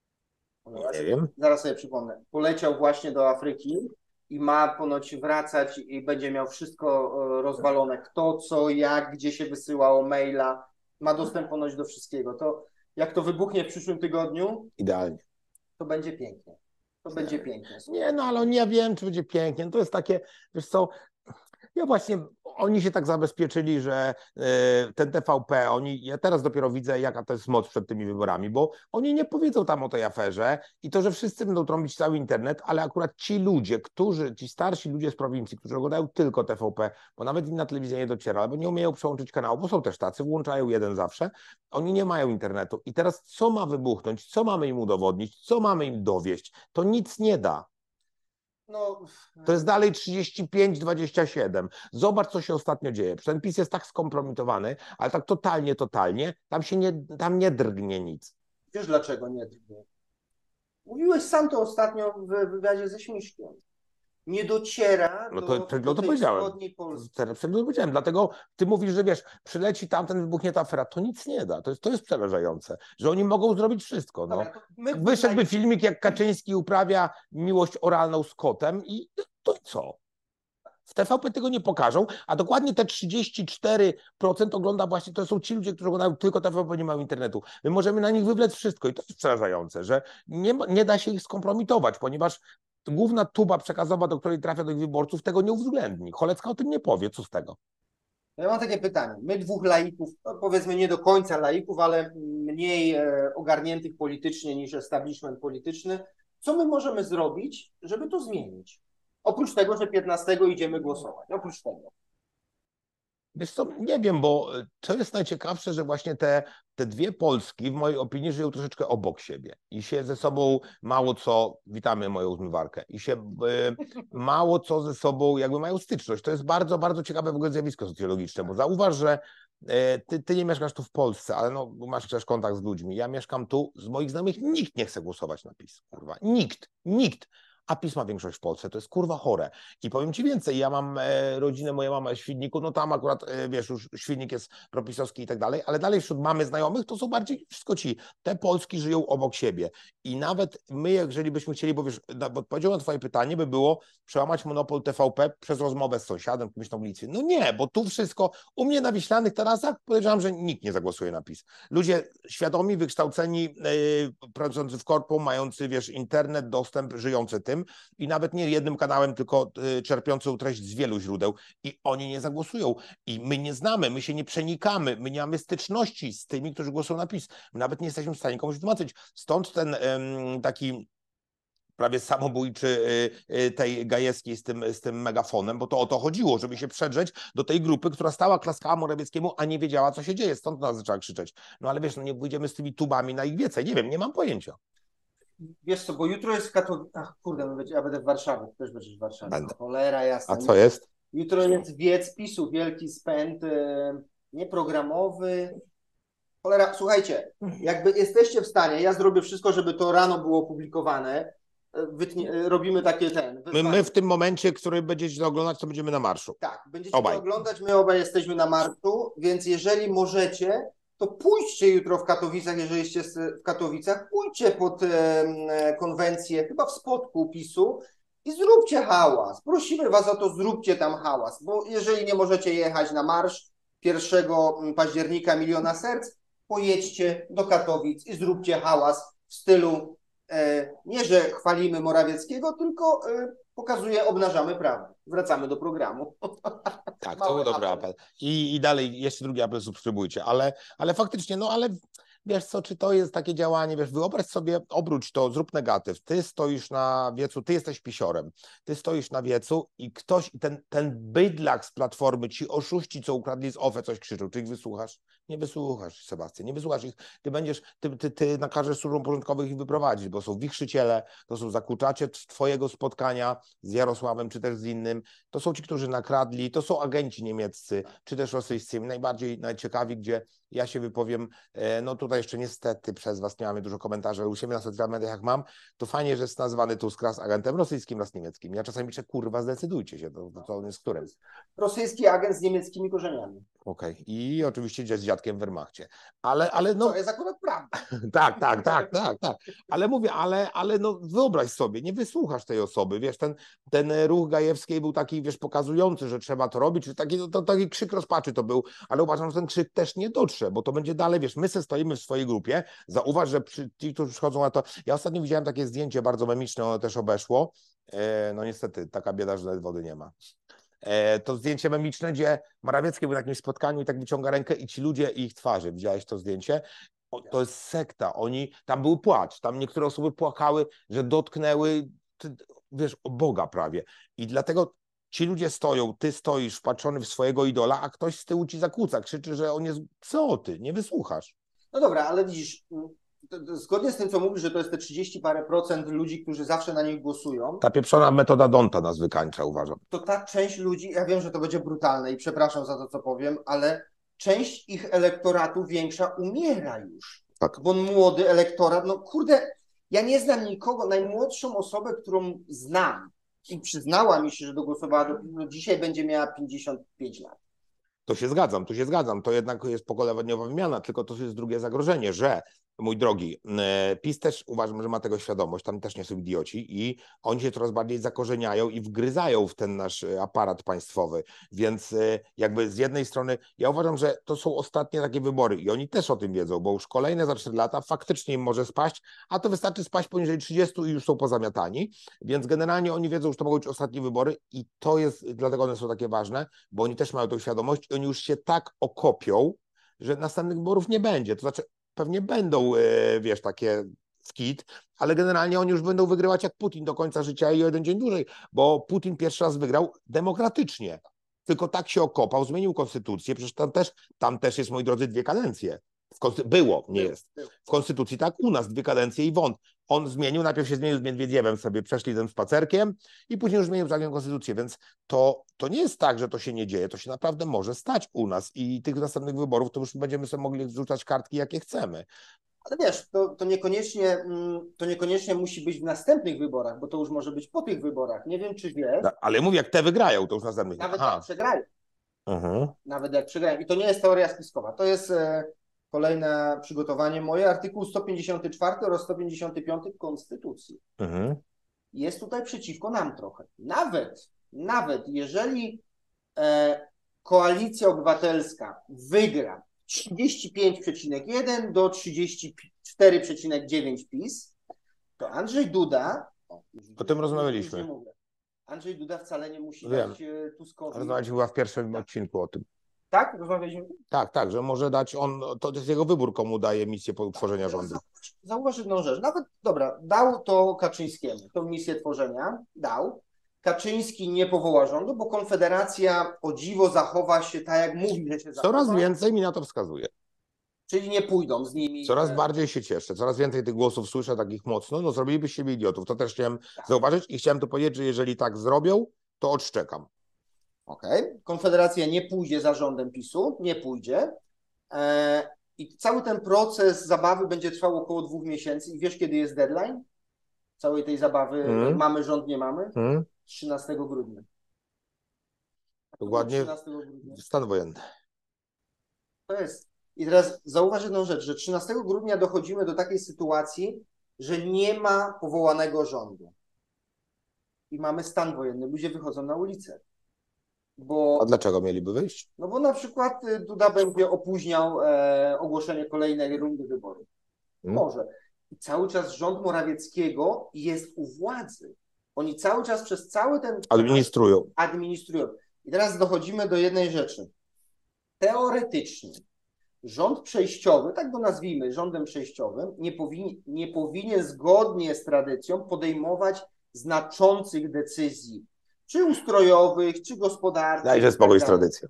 Nie wiem. Zaraz sobie przypomnę. Poleciał właśnie do Afryki i ma ponoć wracać i będzie miał wszystko e, rozwalone. Kto, co, jak, gdzie się wysyłało maila. Ma dostęp ponoć do wszystkiego. To jak to wybuchnie w przyszłym tygodniu, Idealnie. to będzie pięknie. To będzie pięknie. Nie, no ale nie wiem, czy będzie pięknie. No to jest takie, wiesz co, ja właśnie, oni się tak zabezpieczyli, że y, ten T V P, oni, ja teraz dopiero widzę, jaka to jest moc przed tymi wyborami, bo oni nie powiedzą tam o tej aferze i to, że wszyscy będą trąbić cały internet, ale akurat ci ludzie, którzy, ci starsi ludzie z prowincji, którzy oglądają tylko T V P, bo nawet inna telewizja nie dociera, albo nie umieją przełączyć kanału, bo są też tacy, włączają jeden zawsze, oni nie mają internetu. I teraz co ma wybuchnąć, co mamy im udowodnić, co mamy im dowieść? To nic nie da. No, To jest dalej trzydzieści pięć dwadzieścia siedem. Zobacz, co się ostatnio dzieje. Ten PiS jest tak skompromitowany, ale tak totalnie, totalnie, tam się nie, tam nie drgnie nic. wiesz dlaczego nie? Mówiłeś sam to ostatnio w wywiadzie ze Śmiszkiem. Nie dociera No do, to, to, do to tej powiedziałem. wschodniej Polski. Teraz przed chwilą powiedziałem. Dlatego ty mówisz, że wiesz, przyleci tamten, wybuchnie ta afera. To nic nie da. To jest, to jest przerażające, że oni mogą zrobić wszystko. No. Dobra, to my Wyszedłby filmik, jak Kaczyński uprawia miłość oralną z kotem i to co? W T V P tego nie pokażą, a dokładnie te trzydzieści cztery procent ogląda właśnie, to są ci ludzie, którzy oglądają tylko T V P, nie mają internetu. My możemy na nich wywlec wszystko i to jest przerażające, że nie, nie da się ich skompromitować, ponieważ główna tuba przekazowa, do której trafia do ich wyborców, tego nie uwzględni. Cholecka o tym nie powie, co z tego? Ja mam takie pytanie. My dwóch laików, no powiedzmy nie do końca laików, ale mniej e, ogarniętych politycznie niż establishment polityczny, co my możemy zrobić, żeby to zmienić? Oprócz tego, że piętnastego idziemy głosować. Oprócz tego. Wiesz co, nie wiem, bo to jest najciekawsze, że właśnie te, te dwie Polski, w mojej opinii, żyją troszeczkę obok siebie i się ze sobą mało co, witamy moją zmywarkę, i się y, mało co ze sobą jakby mają styczność. To jest bardzo, bardzo ciekawe w ogóle zjawisko socjologiczne, bo zauważ, że y, ty, ty nie mieszkasz tu w Polsce, ale no, masz też kontakt z ludźmi. Ja mieszkam tu, z moich znajomych nikt nie chce głosować na PiS, kurwa, nikt, nikt. A PiS ma większość w Polsce, to jest kurwa chore. I powiem ci więcej, ja mam e, rodzinę, moja mama jest w Świdniku, no tam akurat, e, wiesz, już Świdnik jest propisowski i tak dalej, ale dalej wśród mamy znajomych to są bardziej wszystko ci, te Polski żyją obok siebie. I nawet my, jeżeli byśmy chcieli, bo wiesz, odpowiedzią na twoje pytanie by było przełamać monopol T V P przez rozmowę z sąsiadem, kimś na ulicy. No nie, bo tu wszystko, u mnie na Wiślanych Tarasach podejrzewam, że nikt nie zagłosuje na PiS. Ludzie świadomi, wykształceni, yy, pracujący w korpo, mający, wiesz, internet, dostęp, żyjący tym, i nawet nie jednym kanałem, tylko y, czerpiącą treść z wielu źródeł, i oni nie zagłosują. I my nie znamy, my się nie przenikamy, my nie mamy styczności z tymi, którzy głosują na PiS. My nawet nie jesteśmy w stanie komuś wytłumaczyć. Stąd ten ym, taki prawie samobójczy y, y, tej Gajewskiej z tym, z tym megafonem, bo to o to chodziło, żeby się przedrzeć do tej grupy, która stała, klaskała Morawieckiemu, a nie wiedziała, co się dzieje. Stąd nas zaczęła krzyczeć. No ale wiesz, no nie pójdziemy z tymi tubami na ich wiece. Nie wiem, nie mam pojęcia. Wiesz co, bo jutro jest w Katowicach. Ach, kurde, my będzie, ja będę w Warszawie, ty też będziesz w Warszawie. Będę. Cholera jasna. A co jest? Jutro jest wiec PiSu, wielki spęd y, nieprogramowy. Cholera, słuchajcie, jakby jesteście w stanie, ja zrobię wszystko, żeby to rano było opublikowane. Wytnie, robimy takie ten. My, my w tym momencie, który będziecie to oglądać, to będziemy na marszu. Tak, będziecie Obaj. to oglądać, my obaj jesteśmy na marszu, więc jeżeli możecie, to pójdźcie jutro w Katowicach, jeżeli jesteście w Katowicach, pójdźcie pod e, konwencję, chyba w spotku PiSu i zróbcie hałas. Prosimy was o to, zróbcie tam hałas, bo jeżeli nie możecie jechać na marsz pierwszego października Miliona Serc, pojedźcie do Katowic i zróbcie hałas w stylu e, nie, że chwalimy Morawieckiego, tylko e, pokazuje, obnażamy prawdę. Wracamy do programu. Tak, to był dobry apel. I, I dalej jeszcze drugi apel, subskrybujcie, ale, ale faktycznie, no ale wiesz co, czy to jest takie działanie, wiesz, wyobraź sobie, obróć to, zrób negatyw. Ty stoisz na wiecu, ty jesteś pisiorem, ty stoisz na wiecu i ktoś, ten, ten bydlak z Platformy, ci oszuści, co ukradli z O F E, coś krzyczą, czy ich wysłuchasz? Nie wysłuchasz, Sebastian, nie wysłuchasz ich. Ty będziesz, ty, ty, ty nakażesz służbom porządkowych ich wyprowadzić, bo są wichrzyciele, to są zakłócacze twojego spotkania z Jarosławem, czy też z innym. To są ci, którzy nakradli, to są agenci niemieccy, czy też rosyjscy. Najbardziej najciekawi, gdzie ja się wypowiem, no tutaj jeszcze niestety przez was nie mamy dużo komentarzy, ale u siebie na social mediach jak mam, to fajnie, że jest nazwany Tusk raz agentem rosyjskim, raz niemieckim. Ja czasami piszę, kurwa, zdecydujcie się, to, to on jest którym. Rosyjski agent z niemieckimi korzeniami. Okej. Okay. I oczywiście z dziadkiem w Wehrmachcie. Ale, ale no... To jest akurat prawda. tak, tak, tak, tak, tak. Ale mówię, ale, ale no wyobraź sobie, nie wysłuchasz tej osoby, wiesz, ten, ten ruch Gajewskiej był taki, wiesz, pokazujący, że trzeba to robić, że taki, to, taki krzyk rozpaczy to był, ale uważam, że ten krzyk też nie dotrze, bo to będzie dalej, wiesz, my se stoimy w swojej grupie, zauważ, że przy, ci, którzy przychodzą na to, ja ostatnio widziałem takie zdjęcie bardzo memiczne, ono też obeszło, e, no niestety, taka bieda, że nawet wody nie ma. To zdjęcie memiczne, gdzie Morawiecki był na jakimś spotkaniu i tak wyciąga rękę i ci ludzie i ich twarze. Widziałeś to zdjęcie? O, to jest sekta. Oni, tam był płacz. Tam niektóre osoby płakały, że dotknęły, ty, wiesz, o Boga prawie. I dlatego ci ludzie stoją, ty stoisz wpatrzony w swojego idola, a ktoś z tyłu ci zakłóca, krzyczy, że on jest, co ty, nie wysłuchasz. No dobra, ale widzisz, zgodnie z tym, co mówisz, że to jest te trzydzieści parę procent ludzi, którzy zawsze na nich głosują. Ta pieprzona metoda Donta nas wykańcza, uważam. To ta część ludzi, ja wiem, że to będzie brutalne i przepraszam za to, co powiem, ale część ich elektoratu większa umiera już. Tak. Bo młody elektorat, no kurde, ja nie znam nikogo, najmłodszą osobę, którą znam i przyznała mi się, że dogłosowała, do, no dzisiaj będzie miała pięćdziesiąt pięć lat. To się zgadzam, to się zgadzam. To jednak jest pokoleniowa wymiana, tylko to jest drugie zagrożenie, że, mój drogi, PiS też uważam, że ma tego świadomość, tam też nie są idioci i oni się coraz bardziej zakorzeniają i wgryzają w ten nasz aparat państwowy. Więc jakby z jednej strony, ja uważam, że to są ostatnie takie wybory i oni też o tym wiedzą, bo już kolejne za cztery lata faktycznie im może spaść, a to wystarczy spaść poniżej trzydziestu i już są pozamiatani. Więc generalnie oni wiedzą, że to mogą być ostatnie wybory i to jest, dlatego one są takie ważne, bo oni też mają tą świadomość i oni już się tak okopią, że następnych wyborów nie będzie. To znaczy pewnie będą, wiesz, takie w kit, ale generalnie oni już będą wygrywać jak Putin do końca życia i o jeden dzień dłużej, bo Putin pierwszy raz wygrał demokratycznie. tylko tak się okopał, zmienił konstytucję, przecież tam też, tam też jest, moi drodzy, dwie kadencje. W konsty... Było, nie jest. W konstytucji tak, u nas dwie kadencje i wąt. On zmienił, najpierw się zmienił z Miedwiediewem, sobie przeszli tym spacerkiem i później już zmienił całą konstytucję, więc to, to nie jest tak, że to się nie dzieje, to się naprawdę może stać u nas i tych następnych wyborów to już będziemy sobie mogli wrzucać kartki, jakie chcemy. Ale wiesz, to, to, niekoniecznie, to niekoniecznie musi być w następnych wyborach, bo to już może być po tych wyborach. Nie wiem, czy wiesz. No, ale mówię, jak te wygrają, to już następnych. Nawet Aha. jak przegrają. Mhm. Nawet jak przegrają. I to nie jest teoria spiskowa. To jest e, kolejne przygotowanie moje. Artykuł sto pięćdziesiąty czwarty oraz sto pięćdziesiąty piąty Konstytucji. Mhm. Jest tutaj przeciwko nam trochę. Nawet, nawet jeżeli e, Koalicja Obywatelska wygra trzydzieści pięć przecinek jeden do trzydzieści cztery przecinek dziewięć PiS, to Andrzej Duda... O, o tym rozmawialiśmy. Andrzej Duda wcale nie musi Wiem. dać Tuskowi... Rozmawialiśmy chyba w pierwszym tak. odcinku o tym. Tak? Rozmawialiśmy? Tak, tak, że może dać on, to jest jego wybór, komu daje misję utworzenia tak, rządu. Zauważ jedną rzecz. Nawet, dobra, dał to Kaczyńskiemu, tą misję tworzenia, dał. Kaczyński nie powoła rządu, bo Konfederacja o dziwo zachowa się tak, jak mówi, że się zachowa. Coraz więcej mi na to wskazuje. Czyli nie pójdą z nimi. Coraz bardziej się cieszę, coraz więcej tych głosów słyszę, takich mocno, no zrobiliby z siebie idiotów. To też chciałem tak. zauważyć i chciałem to powiedzieć, że jeżeli tak zrobią, to odszczekam. Okej. Okay. Konfederacja nie pójdzie za rządem PiSu, nie pójdzie. Eee, I cały ten proces zabawy będzie trwał około dwóch miesięcy. I wiesz, kiedy jest deadline całej tej zabawy? Hmm. Mamy rząd, nie mamy? Hmm. trzynastego grudnia. Dokładnie trzynastego grudnia. Stan wojenny. To jest. I teraz zauważ jedną rzecz, że trzynastego grudnia dochodzimy do takiej sytuacji, że nie ma powołanego rządu. I mamy stan wojenny. Ludzie wychodzą na ulicę. Bo, a dlaczego mieliby wyjść? No bo na przykład Duda będzie opóźniał e, ogłoszenie kolejnej rundy wyborów. Hmm. Może. I cały czas rząd Morawieckiego jest u władzy. Oni cały czas przez cały ten... Administrują. Administrują. I teraz dochodzimy do jednej rzeczy. Teoretycznie rząd przejściowy, tak go nazwijmy, rządem przejściowym, nie powinien, nie powinien zgodnie z tradycją podejmować znaczących decyzji, czy ustrojowych, czy gospodarczych. Dajże spokój z tradycją.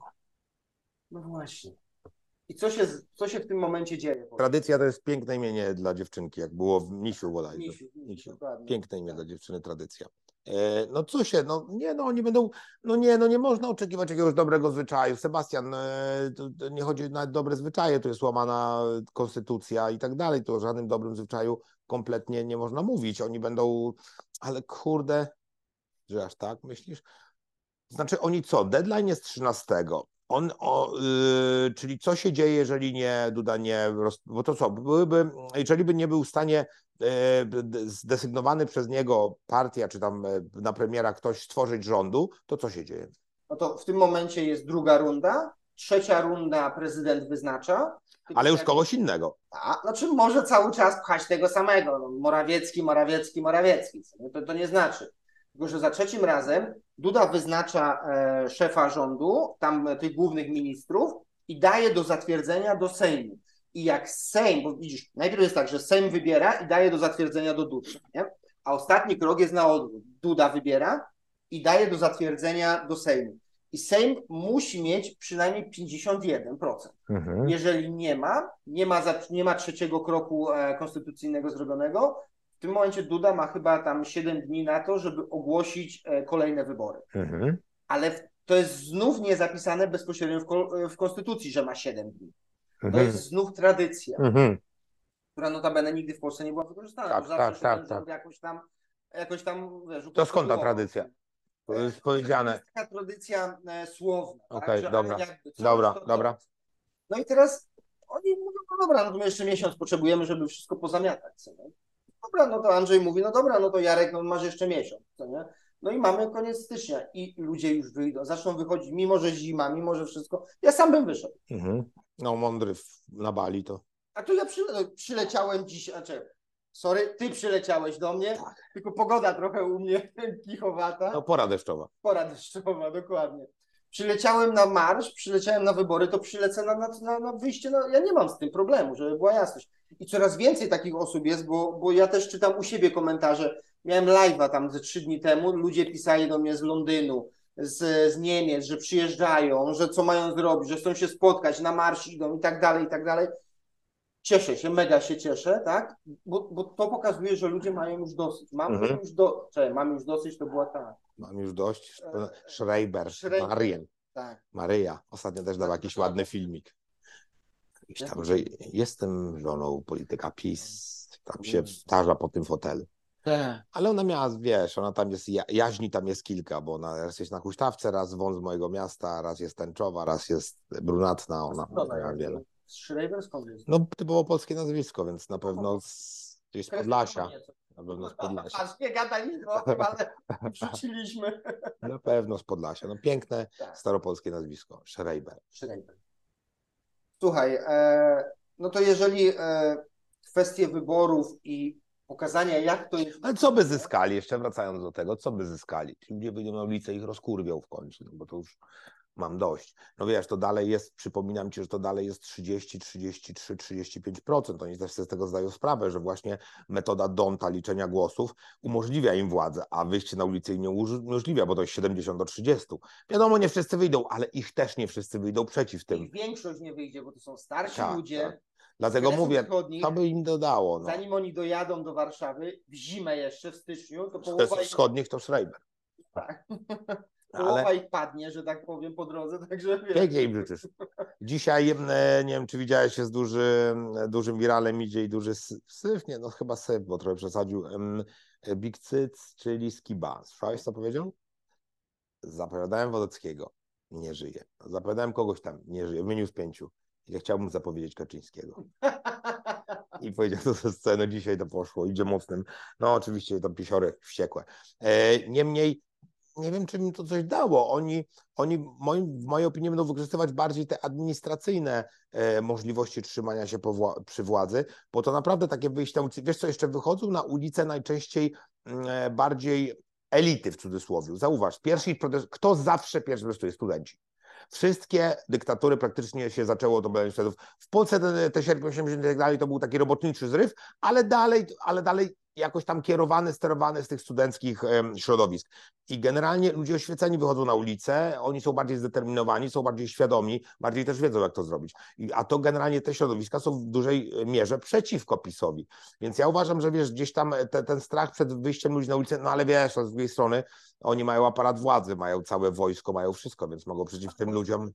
No właśnie. I co się, co się w tym momencie dzieje? Tradycja to jest piękne imię dla dziewczynki, jak było w Misiu bodajże. Misiu, Misiu, piękne imię tak. dla dziewczyny, tradycja. E, no co się, no nie, no oni będą, no nie, no nie można oczekiwać jakiegoś dobrego zwyczaju. Sebastian, e, to, to nie chodzi na dobre zwyczaje, to jest łamana konstytucja i tak dalej, to o żadnym dobrym zwyczaju kompletnie nie można mówić. Oni będą, ale kurde, że aż tak myślisz? Znaczy oni co, deadline jest trzynastego. On, o, yy, czyli co się dzieje, jeżeli nie, Duda nie, bo to co, byłyby, jeżeli by nie był w stanie yy, zdesygnowany przez niego partia, czy tam yy, na premiera ktoś stworzyć rządu, to co się dzieje? No to w tym momencie jest druga runda, trzecia runda prezydent wyznacza. Ale już kogoś innego. A, znaczy może cały czas pchać tego samego, no, Morawiecki, Morawiecki, Morawiecki, to, to nie znaczy. Tylko że za trzecim razem Duda wyznacza e, szefa rządu, tam e, tych głównych ministrów i daje do zatwierdzenia do Sejmu. I jak Sejm, bo widzisz, najpierw jest tak, że Sejm wybiera i daje do zatwierdzenia do Dudy, nie? A ostatni krok jest na odwrót. Duda wybiera i daje do zatwierdzenia do Sejmu. I Sejm musi mieć przynajmniej pięćdziesiąt jeden procent. Mhm. Jeżeli nie ma, nie ma, za, nie ma trzeciego kroku e, konstytucyjnego zrobionego, w tym momencie Duda ma chyba tam siedem dni na to, żeby ogłosić e, kolejne wybory. Mhm. Ale w, to jest znów nie zapisane bezpośrednio w, ko, w konstytucji, że ma siedem dni. To mhm. jest znów tradycja, mhm. która notabene nigdy w Polsce nie była wykorzystana. Tak, tak, tak, tak. Jakoś tam, jakoś tam wiesz, to skąd ta tradycja? To jest powiedziane. To jest taka tradycja e, słowna. Okej, tak? dobra, jakby, dobra, to, to, dobra. No i teraz oni mówią, no dobra, no to my jeszcze miesiąc potrzebujemy, żeby wszystko pozamiatać. Co nie? Dobra, no to Andrzej mówi, no dobra, no to Jarek, no masz jeszcze miesiąc, co nie? No i mamy koniec stycznia i ludzie już wyjdą, zaczną wychodzić, mimo że zima, mimo że wszystko. Ja sam bym wyszedł. Mhm. No mądry w, na Bali to. A tu ja przyle, przyleciałem dziś, znaczy, sorry, ty przyleciałeś do mnie, tak. Tylko pogoda trochę u mnie kichowata. No pora deszczowa. Pora deszczowa, dokładnie. Przyleciałem na marsz, przyleciałem na wybory, to przylecę na, na, na wyjście, no, ja nie mam z tym problemu, żeby była jasność. I coraz więcej takich osób jest, bo, bo ja też czytam u siebie komentarze. Miałem live'a tam ze trzy dni temu, ludzie pisali do mnie z Londynu, z, z Niemiec, że przyjeżdżają, że co mają zrobić, że chcą się spotkać, na marsz idą i tak dalej, i tak dalej. Cieszę się, mega się cieszę, tak? Bo, bo to pokazuje, że ludzie mają już dosyć. Mam Mhm. już do... Czekaj, mam już dosyć, to była ta... Mam już dość. Schreiber, Schreiber. Marian. Tak. Maryja. Ostatnio też dał jakiś ładny filmik. Gdzieś tam, że jestem żoną polityka PiS. Tam się wtarza po tym fotelu. Tak. Ale ona miała, wiesz, ona tam jest, ja, jaźni tam jest kilka, bo ona raz jest na huśtawce, raz wąs z mojego miasta, raz jest tęczowa, raz jest brunatna, ona miała wiele. Schreiber skąd jest? No, typowo polskie nazwisko, więc na pewno z, gdzieś z Podlasia. Na pewno z Podlasia. Aż nie gadaliśmy o tym, ale wrzuciliśmy. Na pewno z Podlasia. No piękne, Tak. staropolskie nazwisko. Schreiber. Schreiber. Słuchaj, e, no to jeżeli e, kwestie wyborów i pokazania, jak to jest... Ale co by zyskali, jeszcze wracając do tego, co by zyskali? Ci ludzie wyjdą na ulicę i ich rozkurwią w końcu, no bo to już mam dość. No wiesz, to dalej jest, przypominam ci, że to dalej jest trzydzieści, trzydzieści trzy, trzydzieści pięć procent. Oni też sobie z tego zdają sprawę, że właśnie metoda Donta, liczenia głosów, umożliwia im władzę, a wyjście na ulicę im nie umożliwia, bo to jest siedemdziesiąt do trzydziestu. Wiadomo, nie wszyscy wyjdą, ale ich też nie wszyscy wyjdą przeciw tym. Ich większość nie wyjdzie, bo to są starsi Tak, ludzie. tak. Dlatego mówię, co by im dodało. No. Zanim oni dojadą do Warszawy, w zimę jeszcze, w styczniu, to Z połowa ich... wschodnich to Schreiber. Tak. Połowa Ale ich padnie, że tak powiem, po drodze, także wiesz. pięknie im życzysz. Dzisiaj, e, nie wiem, czy widziałeś, jest duży, dużym wiralem idzie i duży sy- syf, nie, no chyba syf, bo trochę przesadził, em, Big Cyc, czyli Skiba. Słyszałeś, co powiedział? Zapowiadałem Wodeckiego, nie żyje. Zapowiadałem kogoś tam, nie żyje, wymienił z pięciu. Ja chciałbym zapowiedzieć Kaczyńskiego. I powiedział to ze sceny, dzisiaj to poszło, idzie mocnym. No oczywiście to pisiory wściekłe. E, niemniej, nie wiem, czy im to coś dało. Oni, oni moim, w mojej opinii będą wykorzystywać bardziej te administracyjne e, możliwości trzymania się po wła- przy władzy, bo to naprawdę takie wyjścia, wiesz co, jeszcze wychodzą na ulicę najczęściej e, bardziej elity w cudzysłowie. Zauważ, pierwsi protest, kto zawsze pierwszy protestuje? Studenci. Wszystkie dyktatury praktycznie się zaczęło od obalenia Szwedów. W Polsce te, te sierpień osiemdziesiąt i tak dalej to był taki robotniczy zryw, ale dalej, ale dalej jakoś tam kierowany, sterowany z tych studenckich um, środowisk. I generalnie ludzie oświeceni wychodzą na ulicę, oni są bardziej zdeterminowani, są bardziej świadomi, bardziej też wiedzą, jak to zrobić. I, a to generalnie te środowiska są w dużej mierze przeciwko PiS-owi. Więc ja uważam, że wiesz, gdzieś tam te, ten strach przed wyjściem ludzi na ulicę, no ale wiesz, z drugiej strony oni mają aparat władzy, mają całe wojsko, mają wszystko, więc mogą przeciw tym ludziom...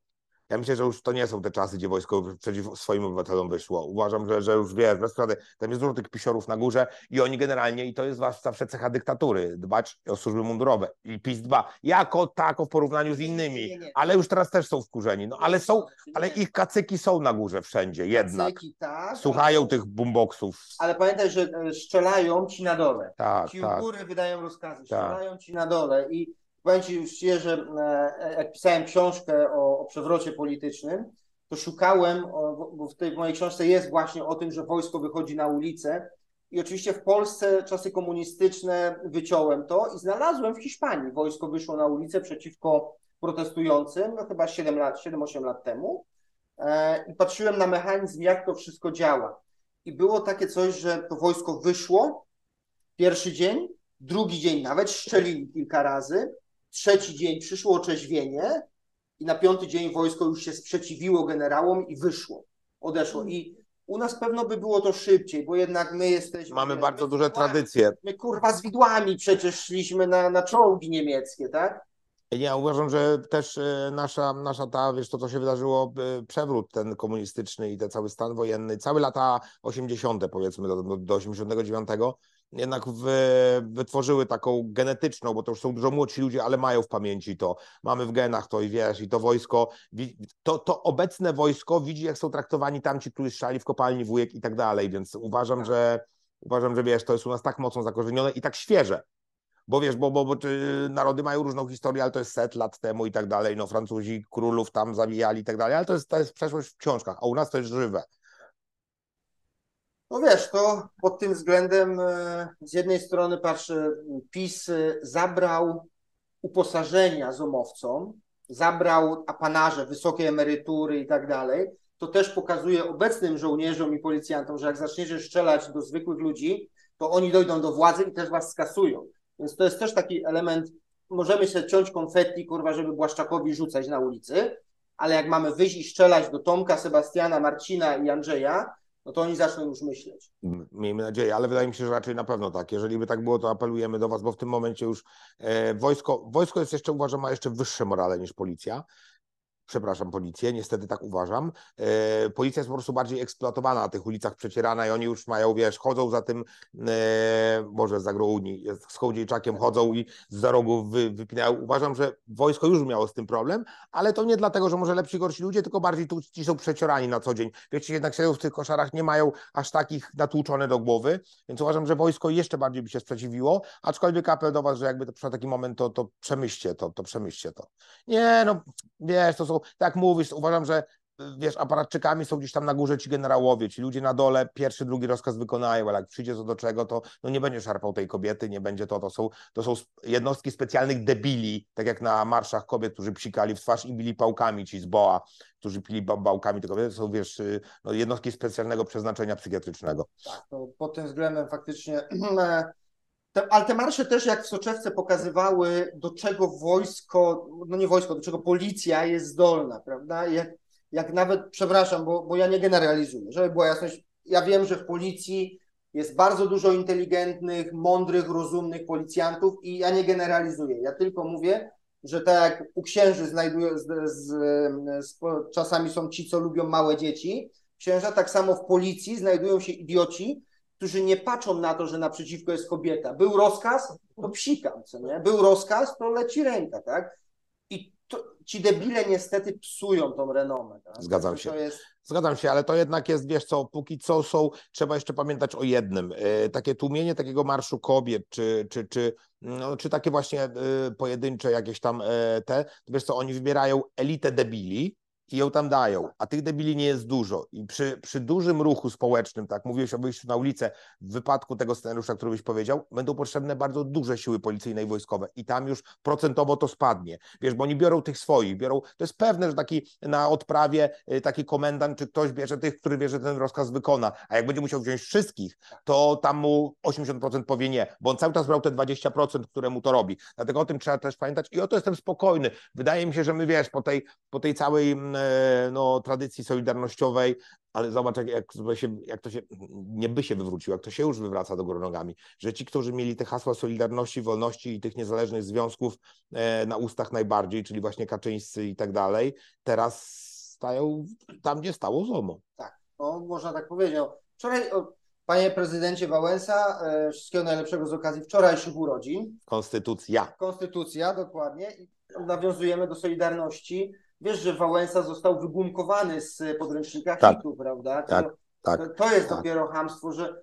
Ja myślę, że już to nie są te czasy, gdzie wojsko przeciw swoim obywatelom wyszło. Uważam, że, że już wiesz, bez przesady, tam jest dużo tych pisiorów na górze i oni generalnie, i to jest zawsze cecha dyktatury, dbać o służby mundurowe. I PiS dba jako tako w porównaniu z innymi, Nie, nie, nie. ale już teraz też są wkurzeni. No ale są, ale ich kacyki są na górze wszędzie jednak. Kacyki, tak, Słuchają ale... tych boomboxów. Ale pamiętaj, że e, strzelają ci na dole. Tak, Ci u tak. góry wydają rozkazy, Tak. strzelają ci na dole. I powiem ci już że e, jak pisałem książkę o, o przewrocie politycznym, to szukałem, o, bo w tej w mojej książce jest właśnie o tym, że wojsko wychodzi na ulicę. I oczywiście w Polsce czasy komunistyczne wyciąłem to i znalazłem w Hiszpanii. Wojsko wyszło na ulicę przeciwko protestującym, no chyba siedem lat, siedem osiem lat temu. E, I patrzyłem na mechanizm, jak to wszystko działa. I było takie coś, że to wojsko wyszło pierwszy dzień, drugi dzień nawet strzelili kilka razy, trzeci dzień przyszło orzeźwienie i na piąty dzień wojsko już się sprzeciwiło generałom i wyszło, odeszło. I u nas pewno by było to szybciej, bo jednak my jesteśmy... Mamy my, bardzo my, duże tradycje. My kurwa z widłami przecież szliśmy na, na czołgi niemieckie, tak? Ja uważam, że też e, nasza, nasza ta, wiesz, to co się wydarzyło, e, przewrót ten komunistyczny i ten cały stan wojenny, całe lata osiemdziesiąte powiedzmy do, do, do osiemdziesiątego dziewiątego jednak w, wytworzyły taką genetyczną, bo to już są dużo młodsi ludzie, ale mają w pamięci to. Mamy w genach to i wiesz, i to wojsko, to, to obecne wojsko widzi, jak są traktowani tamci, którzy strzelali w kopalni Wujek i tak dalej, więc uważam, że uważam, że wiesz, to jest u nas tak mocno zakorzenione i tak świeże. Bo wiesz, bo, bo, bo narody mają różną historię, ale to jest set lat temu i tak dalej. No Francuzi królów tam zabijali i tak dalej, ale to jest, to jest przeszłość w książkach, a u nas to jest żywe. No wiesz, to pod tym względem z jednej strony patrzę, PiS zabrał uposażenia zomowcom, zabrał apanaże, wysokie emerytury i tak dalej. To też pokazuje obecnym żołnierzom i policjantom, że jak zaczniecie strzelać do zwykłych ludzi, to oni dojdą do władzy i też was skasują. Więc to jest też taki element możemy sobie ciąć konfetti, kurwa, żeby Błaszczakowi rzucać na ulicy, ale jak mamy wyjść i strzelać do Tomka, Sebastiana, Marcina i Andrzeja, no to oni zaczną już myśleć. Miejmy nadzieję, ale wydaje mi się, że raczej na pewno tak. Jeżeli by tak było, to apelujemy do was, bo w tym momencie już e, wojsko, wojsko jest jeszcze, uważam, ma jeszcze wyższe morale niż policja. Przepraszam, policję, niestety tak uważam. E, policja jest po prostu bardziej eksploatowana na tych ulicach, przecierana i oni już mają, wiesz, chodzą za tym, e, może za Unii, z Kołodziejczakiem chodzą i za rogów wy, wypinają. Uważam, że wojsko już miało z tym problem, ale to nie dlatego, że może lepsi, gorsi ludzie, tylko bardziej tu ci są przecierani na co dzień. Wiecie, jednak siedzą w tych koszarach, nie mają aż takich natłuczone do głowy, więc uważam, że wojsko jeszcze bardziej by się sprzeciwiło, aczkolwiek apel do was, że jakby to przyszedł taki moment, to, to przemyślcie to, to przemyślcie to. Nie, no, wiesz, to są, tak jak mówisz, uważam, że wiesz, aparatczykami są gdzieś tam na górze ci generałowie, ci ludzie na dole pierwszy, drugi rozkaz wykonają, ale jak przyjdzie co do czego, to no nie będzie szarpał tej kobiety, nie będzie to, to są, to są jednostki specjalnych debili, tak jak na marszach kobiet, którzy psikali w twarz i bili pałkami ci z B O A, którzy pili bałkami te kobiety, to są, wiesz, no, jednostki specjalnego przeznaczenia psychiatrycznego. Tak, to pod tym względem faktycznie... Te, ale te marsze też jak w soczewce pokazywały, do czego wojsko, no nie wojsko, do czego policja jest zdolna, prawda? Jak, jak nawet, przepraszam, bo, bo ja nie generalizuję, żeby była jasność, ja wiem, że w policji jest bardzo dużo inteligentnych, mądrych, rozumnych policjantów i ja nie generalizuję, ja tylko mówię, że tak jak u księży znajdują, z, z, z, czasami są ci, co lubią małe dzieci, księża, tak samo w policji znajdują się idioci, którzy nie patrzą na to, że naprzeciwko jest kobieta. Był rozkaz, to psikam, co nie? Był rozkaz, to leci ręka, tak? I to, ci debile niestety psują tą renomę. Tak? Zgadzam się. To jest... Zgadzam się, ale to jednak jest, wiesz co, póki co są, trzeba jeszcze pamiętać o jednym. Yy, takie tłumienie takiego marszu kobiet, czy, czy, czy, no, czy takie właśnie yy, pojedyncze jakieś tam yy, te, wiesz co, oni wybierają elitę debili i ją tam dają, a tych debili nie jest dużo. I przy, przy dużym ruchu społecznym, tak, mówiłeś o wyjściu na ulicę, w wypadku tego scenariusza, który byś powiedział, będą potrzebne bardzo duże siły policyjne i wojskowe i tam już procentowo to spadnie. Wiesz, bo oni biorą tych swoich, biorą, to jest pewne, że taki na odprawie taki komendant, czy ktoś bierze tych, który wie, że ten rozkaz wykona, a jak będzie musiał wziąć wszystkich, to tam mu osiemdziesiąt procent powie nie, bo on cały czas brał te dwadzieścia procent, które mu to robi. Dlatego o tym trzeba też pamiętać i o to jestem spokojny. Wydaje mi się, że my, wiesz, po tej, po tej całej no, tradycji solidarnościowej, ale zobacz, jak, jak, się, jak to się, nie by się wywróciło, jak to się już wywraca do góry nogami, że ci, którzy mieli te hasła solidarności, wolności i tych niezależnych związków e, na ustach najbardziej, czyli właśnie Kaczyńscy i tak dalej, teraz stają tam, gdzie stało ZOMO. Tak, no, można tak powiedzieć. Wczoraj, o, panie prezydencie Wałęsa, e, wszystkiego najlepszego z okazji wczorajszych urodzin. Konstytucja. Konstytucja, dokładnie. I nawiązujemy do Solidarności. Wiesz, że Wałęsa został wygumkowany z podręcznika tak, hitu, prawda? To, tak, tak, to, to jest tak. dopiero chamstwo, że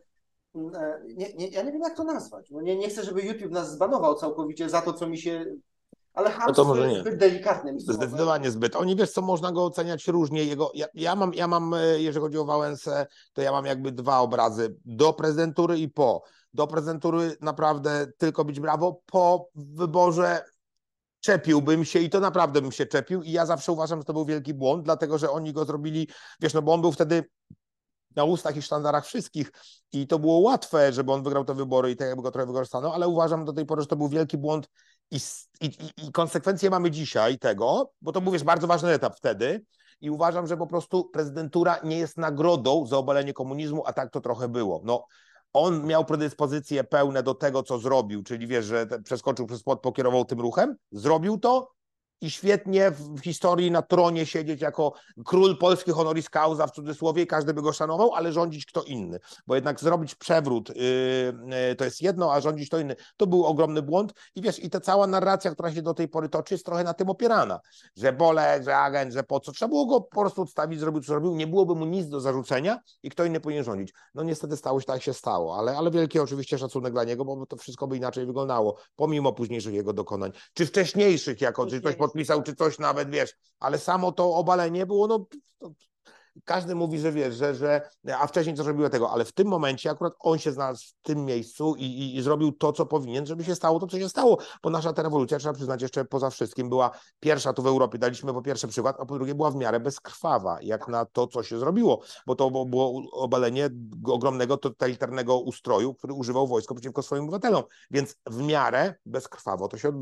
nie, nie, ja nie wiem, jak to nazwać. No nie, nie chcę, żeby YouTube nas zbanował całkowicie za to, co mi się... Ale chamstwo no to jest zbyt delikatnym słowem. Zdecydowanie zbyt. Oni, wiesz co, można go oceniać różnie. Jego, ja, ja, mam, ja mam, jeżeli chodzi o Wałęsę, to ja mam jakby dwa obrazy. Do prezydentury i po. Do prezydentury naprawdę tylko bić brawo. Po wyborze czepiłbym się i to naprawdę bym się czepił i ja zawsze uważam, że to był wielki błąd, dlatego że oni go zrobili, wiesz, no bo on był wtedy na ustach i sztandarach wszystkich i to było łatwe, żeby on wygrał te wybory i tak jakby go trochę wykorzystano, ale uważam do tej pory, że to był wielki błąd i, i, i konsekwencje mamy dzisiaj tego, bo to był, wiesz, bardzo ważny etap wtedy i uważam, że po prostu prezydentura nie jest nagrodą za obalenie komunizmu, a tak to trochę było. No, on miał predyspozycje pełne do tego, co zrobił, czyli wiesz, że przeskoczył przez płot, pokierował tym ruchem, zrobił to i świetnie w historii na tronie siedzieć jako król polski honoris causa w cudzysłowie i każdy by go szanował, ale rządzić kto inny. Bo jednak zrobić przewrót yy, yy, to jest jedno, a rządzić to inny. To był ogromny błąd i wiesz, i ta cała narracja, która się do tej pory toczy, jest trochę na tym opierana. Że Bolek, że agent, że po co. Trzeba było go po prostu odstawić, zrobił co zrobił, nie byłoby mu nic do zarzucenia i kto inny powinien rządzić. No niestety stało się tak, jak się stało, ale, ale wielki oczywiście szacunek dla niego, bo to wszystko by inaczej wyglądało, pomimo późniejszych jego dokonań. Czy wcześniejszych, jako czy ktoś podpisał, czy coś nawet, wiesz, ale samo to obalenie było, no, to, każdy mówi, że wiesz, że, że, a wcześniej co zrobiło tego, ale w tym momencie akurat on się znalazł w tym miejscu i, i, i zrobił to, co powinien, żeby się stało to, co się stało, bo nasza ta rewolucja, trzeba przyznać, jeszcze poza wszystkim była pierwsza tu w Europie, daliśmy po pierwsze przykład, a po drugie była w miarę bezkrwawa, jak na to, co się zrobiło, bo to było obalenie ogromnego totalitarnego ustroju, który używał wojsko przeciwko swoim obywatelom, więc w miarę bezkrwawo to się odbyło.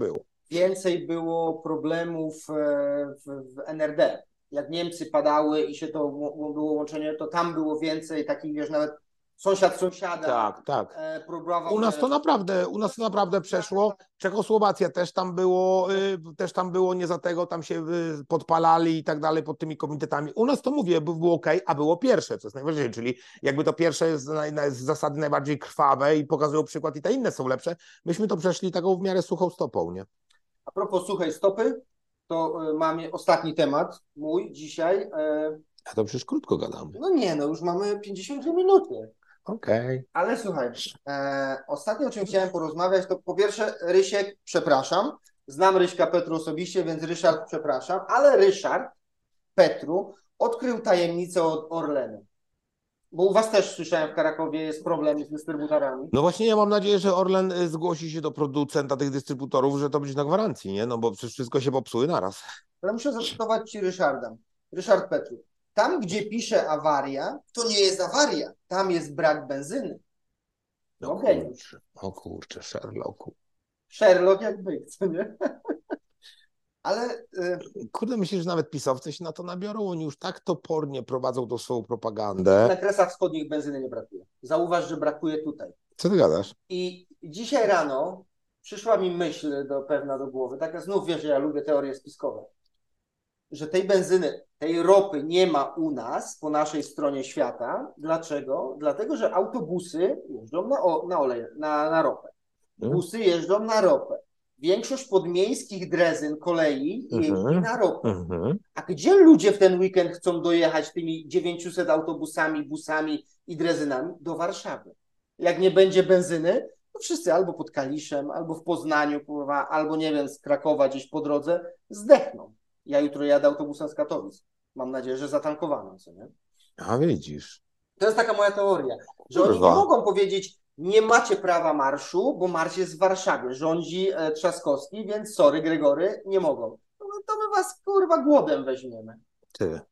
więcej było problemów w, w N R D. Jak Niemcy padały i się to było łączenie, to tam było więcej takich, wiesz, nawet sąsiad sąsiada. Tak, tak. E, próbował, U nas to naprawdę, u nas to naprawdę przeszło. Czechosłowacja też tam było, y, też tam było nie za tego, tam się y, podpalali i tak dalej pod tymi komitetami. U nas to mówię, było ok, a było pierwsze, co jest najważniejsze, czyli jakby to pierwsze jest z zasady najbardziej krwawe i pokazują przykład i te inne są lepsze. Myśmy to przeszli taką w miarę suchą stopą, nie? A propos suchej stopy, to y, mamy ostatni temat mój dzisiaj. Y, a to przecież krótko gadamy. No nie, no już mamy pięćdziesiąt dwie minuty. Okej. Okay. Ale słuchaj, e, ostatnio o czym chciałem porozmawiać, to po pierwsze Rysiek, przepraszam, znam Ryśka Petru osobiście, więc Ryszard przepraszam, ale Ryszard Petru odkrył tajemnicę od Orlenu. Bo u was też słyszałem w Krakowie jest problem z dystrybutorami. No właśnie ja mam nadzieję, że Orlen zgłosi się do producenta tych dystrybutorów, że to będzie na gwarancji, nie? No bo przecież wszystko się popsuje naraz. Ale muszę zacytować ci Ryszarda. Ryszard Petru. Tam, gdzie pisze awaria, to nie jest awaria. Tam jest brak benzyny. No kurczę, o kurczę, Sherlocku. Sherlock jak byk, co nie? Ale... Y... Kurde, myślisz, że nawet pisowcy się na to nabiorą? Oni już tak topornie prowadzą tą swoją propagandę. Na Kresach Wschodnich benzyny nie brakuje. Zauważ, że brakuje tutaj. Co ty gadasz? I dzisiaj rano przyszła mi myśl do, pewna do głowy, taka znów wiesz, że ja lubię teorie spiskowe, że tej benzyny, tej ropy nie ma u nas, po naszej stronie świata. Dlaczego? Dlatego, że autobusy jeżdżą na, o, na olej, na, na ropę. Busy jeżdżą na ropę. Większość podmiejskich drezyn kolei jeździ Mhm. na ropę. Mhm. A gdzie ludzie w ten weekend chcą dojechać tymi dziewięciuset autobusami, busami i drezynami? Do Warszawy. Jak nie będzie benzyny, to wszyscy albo pod Kaliszem, albo w Poznaniu, albo nie wiem, z Krakowa gdzieś po drodze zdechną. Ja jutro jadę autobusem z Katowic. Mam nadzieję, że zatankowanym, co nie? A widzisz. To jest taka moja teoria, że Kurwa. oni nie mogą powiedzieć, nie macie prawa marszu, bo marsz jest w Warszawie, rządzi e, Trzaskowski, więc sorry, Gregory, nie mogą. No to my was, kurwa, głodem weźmiemy. Ty.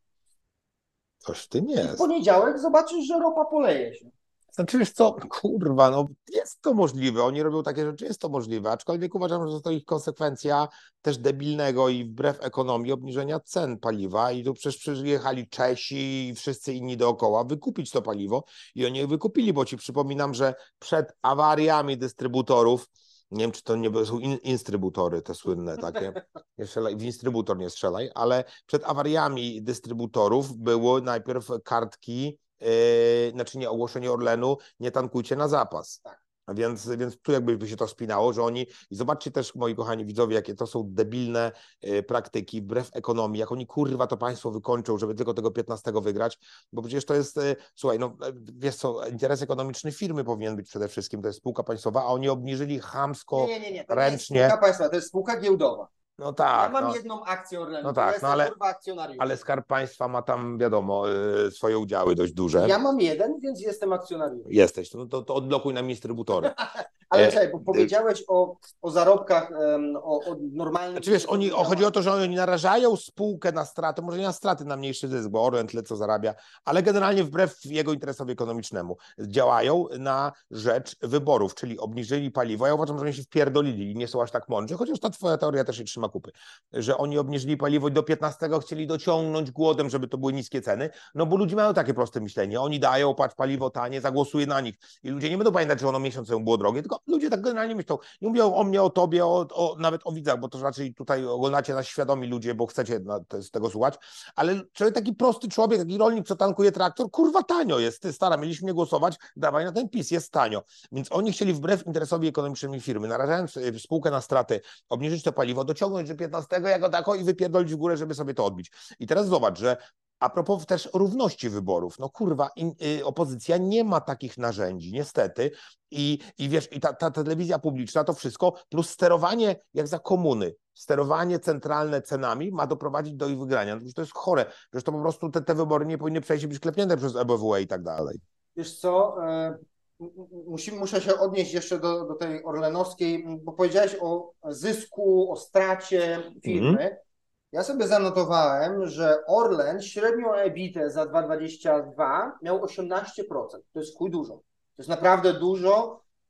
Coś ty nie I w jest. poniedziałek zobaczysz, że ropa poleje się. Znaczy wiesz co, kurwa, no jest to możliwe, oni robią takie rzeczy, jest to możliwe, aczkolwiek uważam, że to ich konsekwencja też debilnego i wbrew ekonomii obniżenia cen paliwa i tu przecież przyjechali Czesi i wszyscy inni dookoła wykupić to paliwo i oni je wykupili, bo ci przypominam, że przed awariami dystrybutorów, nie wiem, czy to nie są in, instrybutory, te słynne takie, nie strzelaj, w instrybutor nie strzelaj, ale przed awariami dystrybutorów były najpierw kartki, Yy, znaczy nie, ogłoszenie Orlenu, nie tankujcie na zapas. Tak. A więc, więc tu jakby by się to spinało, że oni, i zobaczcie też, moi kochani widzowie, jakie to są debilne yy, praktyki, wbrew ekonomii, jak oni kurwa to państwo wykończą, żeby tylko tego piętnastego wygrać, bo przecież to jest, yy, słuchaj, no wiesz co, interes ekonomiczny firmy powinien być przede wszystkim, to jest spółka państwowa, a oni obniżyli chamsko, Nie, nie, nie, to ręcznie. nie jest spółka państwa, to jest spółka giełdowa. No tak. Ja mam no. jedną akcję Orlenu, No tak, ja jestem no ale, kurwa akcjonariuszem. ale Skarb Państwa ma tam, wiadomo, yy, swoje udziały dość duże. Ja mam jeden, więc jestem akcjonariuszem. Jesteś, no to, to odblokuj nam dystrybutory. Ale E, czekaj, bo powiedziałeś o, o zarobkach, um, o, o normalnym... Znaczy wiesz, oni, o, chodzi o to, że oni narażają spółkę na straty, może nie na straty, na mniejszy zysk, bo Orlen tyle co zarabia, ale generalnie wbrew jego interesowi ekonomicznemu działają na rzecz wyborów, czyli obniżyli paliwo. Ja uważam, że oni się wpierdolili i nie są aż tak mądrzy, chociaż ta twoja teoria też się trzyma kupy, że oni obniżyli paliwo i do piętnastego chcieli dociągnąć głodem, żeby to były niskie ceny, no bo ludzie mają takie proste myślenie, oni dają, patrz, paliwo tanie, zagłosuje na nich i ludzie nie będą pamiętać, że ono miesiąc temu było drogie, tylko ludzie tak generalnie myślą. Nie mówią o mnie, o tobie, o, o, nawet o widzach, bo to raczej tutaj oglądacie nas świadomi ludzie, bo chcecie na, te, z tego słuchać, ale człowiek, taki prosty człowiek, taki rolnik, co tankuje traktor, kurwa tanio jest, ty stara, mieliśmy nie głosować, dawaj na ten PiS, jest tanio. Więc oni chcieli wbrew interesowi ekonomicznemu firmy, narażając spółkę na straty, obniżyć to paliwo, dociągnąć do piętnastego jako tako i wypierdolić w górę, żeby sobie to odbić. I teraz zobacz, że a propos też równości wyborów, no kurwa, in, y, opozycja nie ma takich narzędzi, niestety, i, i wiesz, i ta, ta telewizja publiczna, to wszystko, plus sterowanie, jak za komuny, sterowanie centralne cenami ma doprowadzić do ich wygrania. No, to jest chore, że to po prostu te, te wybory nie powinny przejść i być klepnięte przez E B W E i tak dalej. Wiesz co, e, musi, muszę się odnieść jeszcze do, do tej orlenowskiej, bo powiedziałeś o zysku, o stracie firmy. Mm. Ja sobie zanotowałem, że Orlen średnią EBITDA za dwa tysiące dwudziesty drugi miał osiemnaście procent. To jest chuj dużo. To jest naprawdę dużo,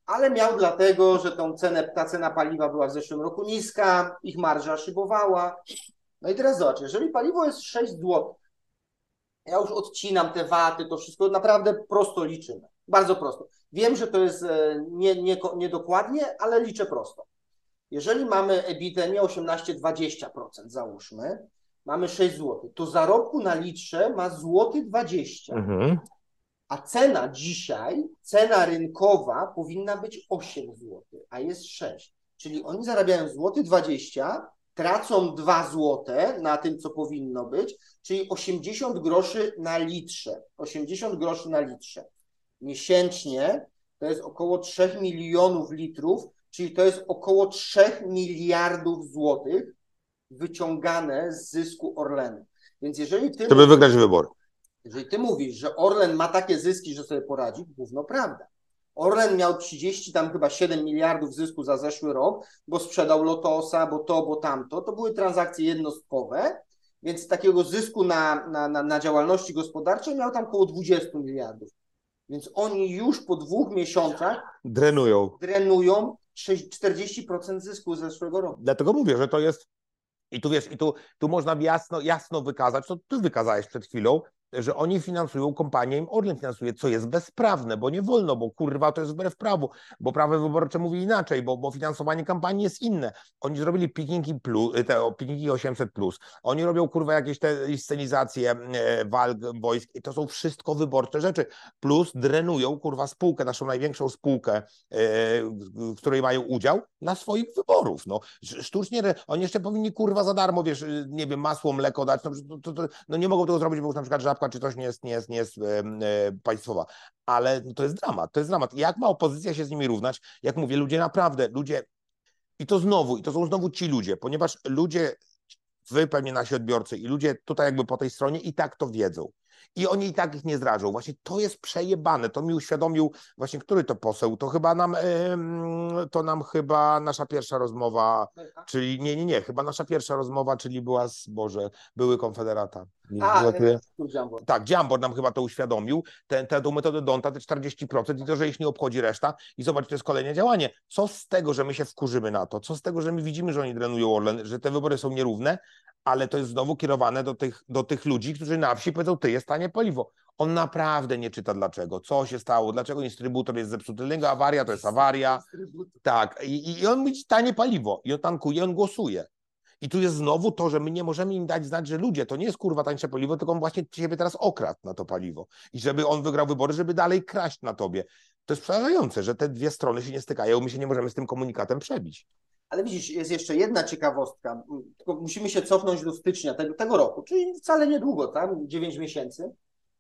ale miał dlatego, że tą cenę, ta cena paliwa była w zeszłym roku niska, ich marża szybowała. No i teraz zobacz, jeżeli paliwo jest sześć złotych, ja już odcinam te waty, to wszystko naprawdę prosto liczymy. Bardzo prosto. Wiem, że to jest nie, nie, niedokładnie, ale liczę prosto. Jeżeli mamy EBITDA nie osiemnaście dwadzieścia procent, załóżmy, mamy sześć złotych, to zarobku na litrze ma złoty dwadzieścia. Mhm. A cena dzisiaj, cena rynkowa powinna być osiem złotych, a jest sześć. Czyli oni zarabiają złoty dwadzieścia, tracą dwa złote na tym, co powinno być, czyli osiemdziesiąt groszy na litrze. osiemdziesiąt groszy na litrze. Miesięcznie to jest około trzech milionów litrów, czyli to jest około trzech miliardów złotych wyciągane z zysku Orlenu. Więc jeżeli ty... Żeby wygrać wybory. Jeżeli ty mówisz, że Orlen ma takie zyski, że sobie poradzi, gówno prawda. Orlen miał trzydzieści, tam chyba siedem miliardów zysku za zeszły rok, bo sprzedał Lotosa, bo to, bo tamto. To były transakcje jednostkowe, więc takiego zysku na, na, na, na działalności gospodarczej miał tam około dwadzieścia miliardów. Więc oni już po dwóch miesiącach Drenują. drenują czterdzieści procent zysku z zeszłego roku. Dlatego mówię, że to jest... I tu wiesz, i tu, tu można jasno, jasno wykazać, to ty wykazałeś przed chwilą, że oni finansują kompanię, im Orlen finansuje, co jest bezprawne, bo nie wolno, bo kurwa to jest wbrew prawu, bo prawo wyborcze mówi inaczej, bo, bo finansowanie kampanii jest inne. Oni zrobili Pikingi plus, te Pikingi osiemset plus, oni robią kurwa jakieś te scenizacje e, walk wojsk i to są wszystko wyborcze rzeczy, plus drenują kurwa spółkę, naszą największą spółkę, e, w której mają udział, na swoich wyborów. No. Sztucznie, oni jeszcze powinni kurwa za darmo, wiesz, nie wiem, masło, mleko dać, no, to, to, no nie mogą tego zrobić, bo już na przykład żabka czy coś nie jest, nie jest, nie jest e, e, państwowa. Ale to jest dramat, to jest dramat. Jak ma opozycja się z nimi równać? Jak mówię, ludzie naprawdę, ludzie, i to znowu, i to są znowu ci ludzie, ponieważ ludzie, wy pewnie nasi odbiorcy i ludzie tutaj jakby po tej stronie i tak to wiedzą. I oni i tak ich nie zdrażą. Właśnie to jest przejebane. To mi uświadomił właśnie, który to poseł. To chyba nam, to nam chyba nasza pierwsza rozmowa, czyli nie, nie, nie, chyba nasza pierwsza rozmowa, czyli była z, Boże, były Konfederata. A, Gratuluję. Dziambor. Tak, Dziambor nam chyba to uświadomił, tę te, te, metodę Donta, te czterdzieści procent i to, że ich nie obchodzi reszta i zobacz, to jest kolejne działanie. Co z tego, że my się wkurzymy na to? Co z tego, że my widzimy, że oni drenują Orlen, że te wybory są nierówne, ale to jest znowu kierowane do tych, do tych ludzi, którzy na wsi powiedzą, ty, jest tanie paliwo. On naprawdę nie czyta dlaczego, co się stało, dlaczego instrybutor jest zepsuty, tylko awaria to jest awaria. Tak, i, i on mówi tanie paliwo i on tankuje, on głosuje. I tu jest znowu to, że my nie możemy im dać znać, że ludzie, to nie jest kurwa tańsze paliwo, tylko on właśnie ciebie teraz okradł na to paliwo. I żeby on wygrał wybory, żeby dalej kraść na tobie. To jest przerażające, że te dwie strony się nie stykają, my się nie możemy z tym komunikatem przebić. Ale widzisz, jest jeszcze jedna ciekawostka, tylko musimy się cofnąć do stycznia tego, tego roku, czyli wcale niedługo, tak? dziewięć miesięcy.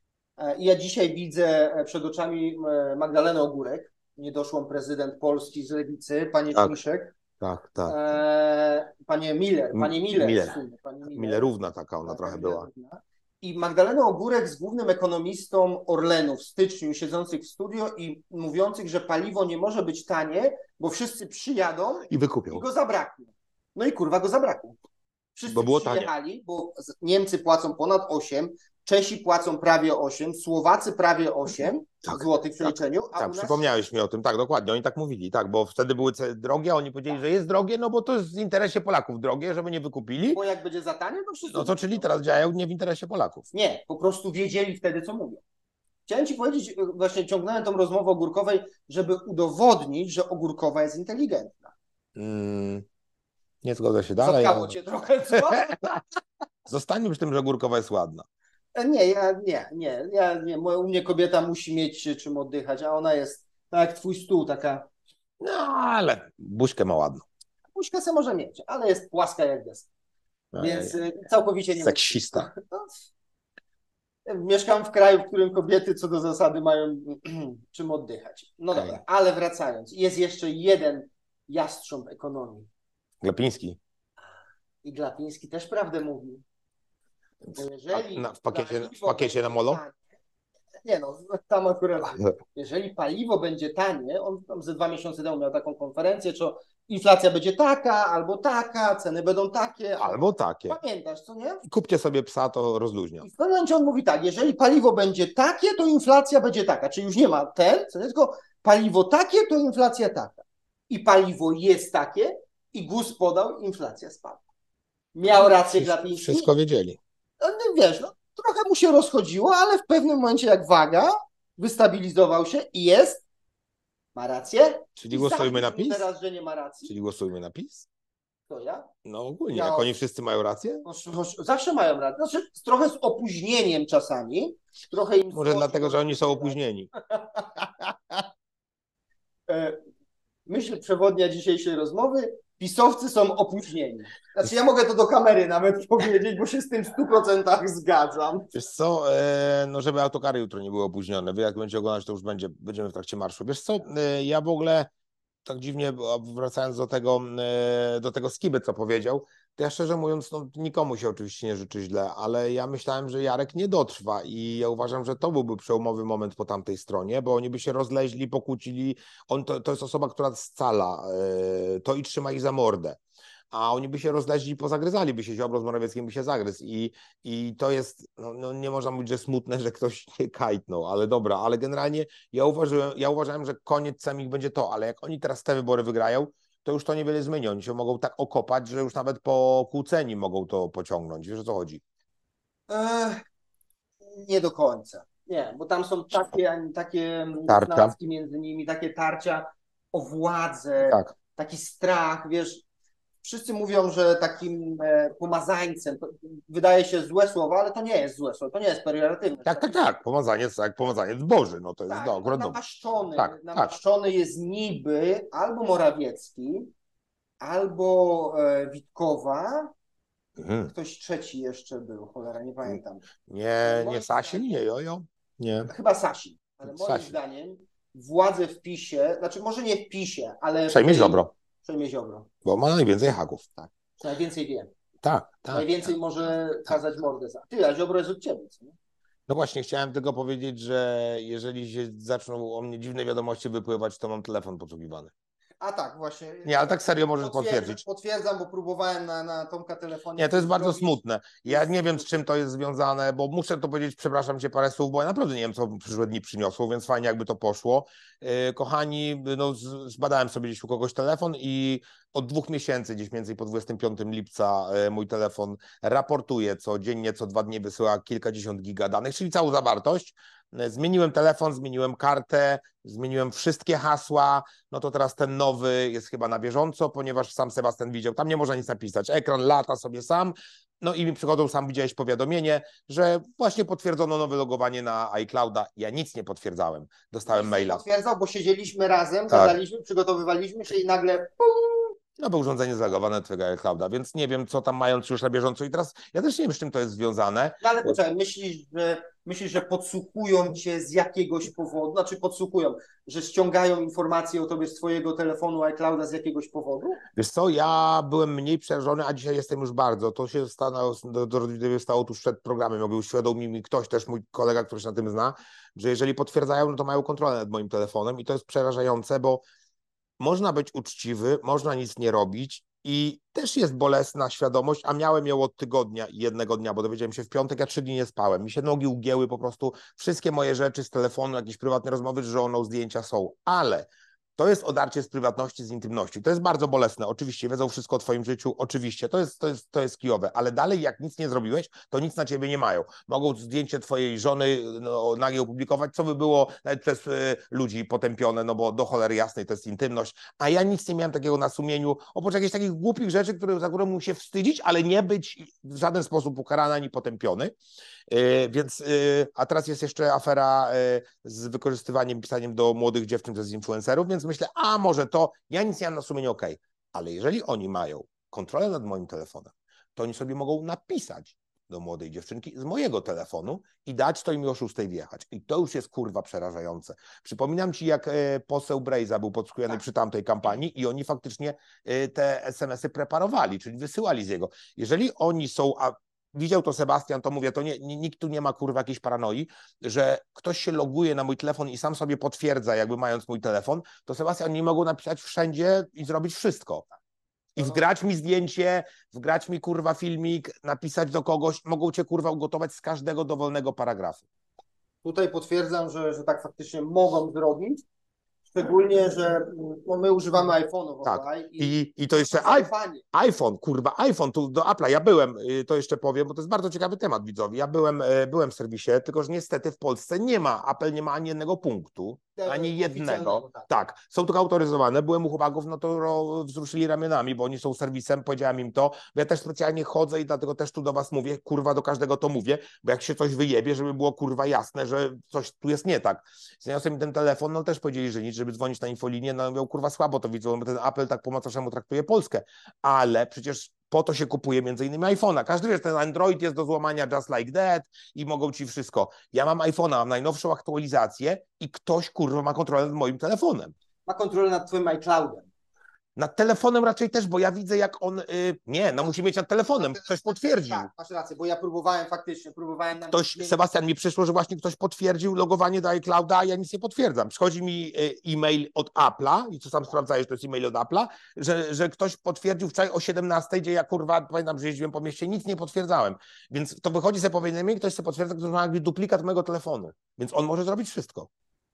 I ja dzisiaj widzę przed oczami Magdalenę Ogórek, niedoszłą prezydent Polski z Lewicy, panie Tak. Ciszek. Tak, tak. E, panie Miller, panie Miller. Miller. W sumie, pani Miller. Millerówna taka ona Tak, trochę Millerówna. była. I Magdalena Ogórek z głównym ekonomistą Orlenu w styczniu, siedzących w studio i mówiących, że paliwo nie może być tanie, bo wszyscy przyjadą I wykupią. i go zabraknie. No i kurwa go zabrakło. Wszyscy Bo było przyjechali, tanie. Bo Niemcy płacą ponad osiem, Czesi płacą prawie osiem, Słowacy prawie osiem tak, złotych w przeliczeniu. Tak, a tak u nas... przypomniałeś mi o tym, tak, dokładnie, oni tak mówili, tak, bo wtedy były drogie, a oni powiedzieli, tak. że jest drogie, no bo to jest w interesie Polaków drogie, żeby nie wykupili. Bo jak będzie za tanie, to wszyscy... No to czyli teraz działają nie w interesie Polaków. Nie, po prostu wiedzieli wtedy, co mówią. Chciałem ci powiedzieć, właśnie ciągnąłem tą rozmowę Ogórkowej, żeby udowodnić, że Ogórkowa jest inteligentna. Mm, nie zgodzę się dalej. Zatkało ale... cię trochę, co? Zostańmy przy tym, że Ogórkowa jest ładna. Nie, ja nie, nie, ja nie. U mnie kobieta musi mieć czym oddychać, a ona jest tak jak twój stół, taka... No, ale buźkę ma ładną. Buźkę se może mieć, ale jest płaska jak deska. Więc Ej, całkowicie nie... Seksista. No, mieszkam w kraju, w którym kobiety co do zasady mają czym oddychać. No okay. Dobra, ale wracając. Jest jeszcze jeden jastrząb ekonomii. Glapiński. I Glapiński też prawdę mówił. Bo jeżeli na, w, pakiecie, w pakiecie na molo? Tanie, nie no, tam akurat. Jeżeli paliwo będzie tanie, on tam ze dwa miesiące temu miał taką konferencję, że inflacja będzie taka, albo taka, ceny będą takie. Albo takie. Pamiętasz, co nie? Kupcie sobie psa, to rozluźnia. I w pewnym momencie on mówi tak, jeżeli paliwo będzie takie, to inflacja będzie taka, czyli już nie ma ten, co nie, tylko Paliwo takie, to inflacja taka. I paliwo jest takie, i G U S podał, inflacja spadła. Miał rację Glapiński? Wszystko wiedzieli. No, wiesz, no, trochę mu się rozchodziło, ale w pewnym momencie jak waga, wystabilizował się i jest, ma rację. Czyli I głosujmy na zabił PiS? teraz, że nie ma racji. Czyli głosujmy na PiS? To ja? No ogólnie, Ja- jak oni wszyscy mają rację? No, no, zawsze mają rację. Znaczy, trochę z opóźnieniem czasami. Trochę im Może dlatego, że oni są opóźnieni. E, Myśl przewodnia dzisiejszej rozmowy, pisowcy są opóźnieni. Znaczy ja mogę to do kamery nawet powiedzieć, bo się z tym w stu procentach zgadzam. Wiesz co, e, no żeby autokary jutro nie były opóźnione, wy jak będziecie oglądać, to już będzie, będziemy w trakcie marszu. Wiesz co, e, ja w ogóle tak dziwnie, wracając do tego, e, do tego Skiby, co powiedział, to ja szczerze mówiąc, no, nikomu się oczywiście nie życzy źle, ale ja myślałem, że Jarek nie dotrwa i ja uważam, że to byłby przełomowy moment po tamtej stronie, bo oni by się rozleźli, pokłócili. On to, to jest osoba, która scala e, to i trzyma ich za mordę. A oni by się rozleźli, pozagryzali, się Ziobro z Morawieckim by się zagryzł. I, i to jest, no, no nie można mówić, że smutne, że ktoś nie kajtnął, ale dobra, ale generalnie ja uważałem, ja uważałem, że koniec ich będzie to, ale jak oni teraz te wybory wygrają, to już to niewiele zmieni. Oni się mogą tak okopać, że już nawet pokłóceni mogą to pociągnąć. Wiesz, o co chodzi? Ech, nie do końca. Nie, bo tam są takie, takie Tarcia. znacki między nimi, takie tarcia o władzę, Tak. taki strach, wiesz. Wszyscy mówią, że takim e, pomazańcem, to wydaje się złe słowo, ale to nie jest złe słowo, to nie jest pejoratywne. Tak, tak, tak. Pomazaniec, jak pomazaniec Boży, no to jest Tak, no, akurat namaszczony, tak, namaszczony tak. jest niby albo Morawiecki, albo e, Witkowa, mhm. Ktoś trzeci jeszcze był, cholera, nie pamiętam. Nie, nie Sasin, nie Jojo? Nie. Chyba Sasin, ale moim Sasin. zdaniem władzę w PiSie, znaczy może nie w PiSie, ale... Przejmie Ziobro. Przejmie Ziobro. Bo ma najwięcej haków. Tak. Najwięcej wie. Tak, tak. Najwięcej tak, może kazać tak. mordę za. Ty, a Ziobro jest od ciebie, co nie? No właśnie, chciałem tylko powiedzieć, że jeżeli się zaczną o mnie dziwne wiadomości wypływać, to mam telefon podsłuchiwany. A tak, właśnie. Nie, ale tak serio możesz potwierdzić. Potwierdzam, bo próbowałem na, na Tomka telefonie. Nie, to jest bardzo smutne. Ja nie wiem, z czym to jest związane, bo muszę to powiedzieć, przepraszam cię parę słów, bo ja naprawdę nie wiem, co przyszłe dni przyniosło, więc fajnie jakby to poszło. Yy, kochani, no zbadałem sobie gdzieś u kogoś telefon i od dwóch miesięcy, gdzieś mniej więcej po dwudziestego piątego lipca yy, mój telefon raportuje codziennie, co dwa dni wysyła kilkadziesiąt giga danych, czyli całą zawartość. Zmieniłem telefon, zmieniłem kartę, zmieniłem wszystkie hasła, no to teraz ten nowy jest chyba na bieżąco, ponieważ sam Sebastian widział, tam nie można nic napisać, ekran lata sobie sam, no i mi przychodzą, sam widziałeś powiadomienie, że właśnie potwierdzono nowe logowanie na iClouda, ja nic nie potwierdzałem, dostałem nic maila. Nie potwierdzał, bo siedzieliśmy razem, tak. gadaliśmy, przygotowywaliśmy się i nagle pum, no bo urządzenie zalogowane twojego iClouda, więc nie wiem, co tam mają już na bieżąco i teraz ja też nie wiem, z czym to jest związane. No ale poczekaj, myślisz, że myślisz, że podsłuchują cię z jakiegoś powodu, znaczy podsłuchują, że ściągają informacje o tobie z twojego telefonu iClouda z jakiegoś powodu? Wiesz co, ja byłem mniej przerażony, a dzisiaj jestem już bardzo. To się stało, do, do, do, stało tuż przed programem, jakby uświadomił mi ktoś, też mój kolega, który się na tym zna, że jeżeli potwierdzają, no to mają kontrolę nad moim telefonem i to jest przerażające, bo można być uczciwy, można nic nie robić i też jest bolesna świadomość, a miałem ją od tygodnia i jednego dnia, bo dowiedziałem się w piątek, ja trzy dni nie spałem. Mi się nogi ugięły po prostu, wszystkie moje rzeczy z telefonu, jakieś prywatne rozmowy z żoną, zdjęcia są, ale to jest odarcie z prywatności, z intymności. To jest bardzo bolesne. Oczywiście wiedzą wszystko o twoim życiu, oczywiście, to jest, to jest, to jest kijowe, ale dalej jak nic nie zrobiłeś, to nic na ciebie nie mają. Mogą zdjęcie twojej żony no, nagie opublikować, co by było nawet przez y, ludzi potępione, no bo do cholery jasnej to jest intymność, a ja nic nie miałem takiego na sumieniu, oprócz jakichś takich głupich rzeczy, które, za które mógł się wstydzić, ale nie być w żaden sposób ukarany ani potępiony. Yy, więc, yy, a teraz jest jeszcze afera yy, z wykorzystywaniem, pisaniem do młodych dziewczyn przez influencerów, więc myślę, a może to, ja nic nie mam na sumieniu, okej, okay. Ale jeżeli oni mają kontrolę nad moim telefonem, to oni sobie mogą napisać do młodej dziewczynki z mojego telefonu i dać to im o szóstej wjechać. I to już jest kurwa przerażające. Przypominam ci, jak e, poseł Brejza był podsłuchiwany tak. przy tamtej kampanii i oni faktycznie e, te es em esy preparowali, czyli wysyłali z jego. Jeżeli oni są... A, widział to Sebastian, to mówię, to nie, nikt tu nie ma kurwa jakiejś paranoi, że ktoś się loguje na mój telefon i sam sobie potwierdza, jakby mając mój telefon, to Sebastian, nie mogą napisać wszędzie i zrobić wszystko. I wgrać mi zdjęcie, wgrać mi kurwa filmik, napisać do kogoś, mogą cię kurwa ugotować z każdego dowolnego paragrafu. Tutaj potwierdzam, że, że tak faktycznie mogą zrobić. Szczególnie, że no, my używamy iPhone'ów. Tak. I, I, I to jeszcze iPhone, iPhone, kurwa, iPhone, tu do Apple'a. Ja byłem, to jeszcze powiem, bo to jest bardzo ciekawy temat, widzowie. Ja byłem, byłem w serwisie, tylko że niestety w Polsce nie ma, Apple nie ma ani jednego punktu, ani jednego. Tak. tak, są tylko autoryzowane. Byłem u chłopaków, no to wzruszyli ramionami, bo oni są serwisem, powiedziałem im to. Bo ja też specjalnie chodzę i dlatego też tu do was mówię, kurwa, do każdego to mówię, bo jak się coś wyjebie, żeby było, kurwa, jasne, że coś tu jest nie tak. Zniosłem mi ten telefon, no też powiedzieli, że nic, żeby dzwonić na infolinię, no miał, kurwa, słabo to widzą, bo ten Apple tak po macoszemu traktuje Polskę. Ale przecież po to się kupuje między innymi iPhone'a. Każdy wie, że ten Android jest do złamania just like that i mogą ci wszystko. Ja mam iPhone'a, mam najnowszą aktualizację i ktoś, kurwa, ma kontrolę nad moim telefonem. Ma kontrolę nad twoim iCloudem. Nad telefonem raczej też, bo ja widzę, jak on... Yy, nie, no musi mieć nad telefonem. Ktoś potwierdził. Tak, masz rację, bo ja próbowałem faktycznie, próbowałem... Ktoś, Sebastian, mi przyszło, że właśnie ktoś potwierdził logowanie do iClouda, a ja nic nie potwierdzam. Przychodzi mi e-mail od Apple'a i co sam sprawdzałeś, to jest e-mail od Apple'a, że, że ktoś potwierdził wczoraj o siedemnastej, gdzie ja, kurwa, pamiętam, że jeździłem po mieście, nic nie potwierdzałem. Więc to wychodzi sobie powiedzmy, ktoś sobie potwierdza, ktoś ma jakby duplikat mojego telefonu. Więc on może zrobić wszystko.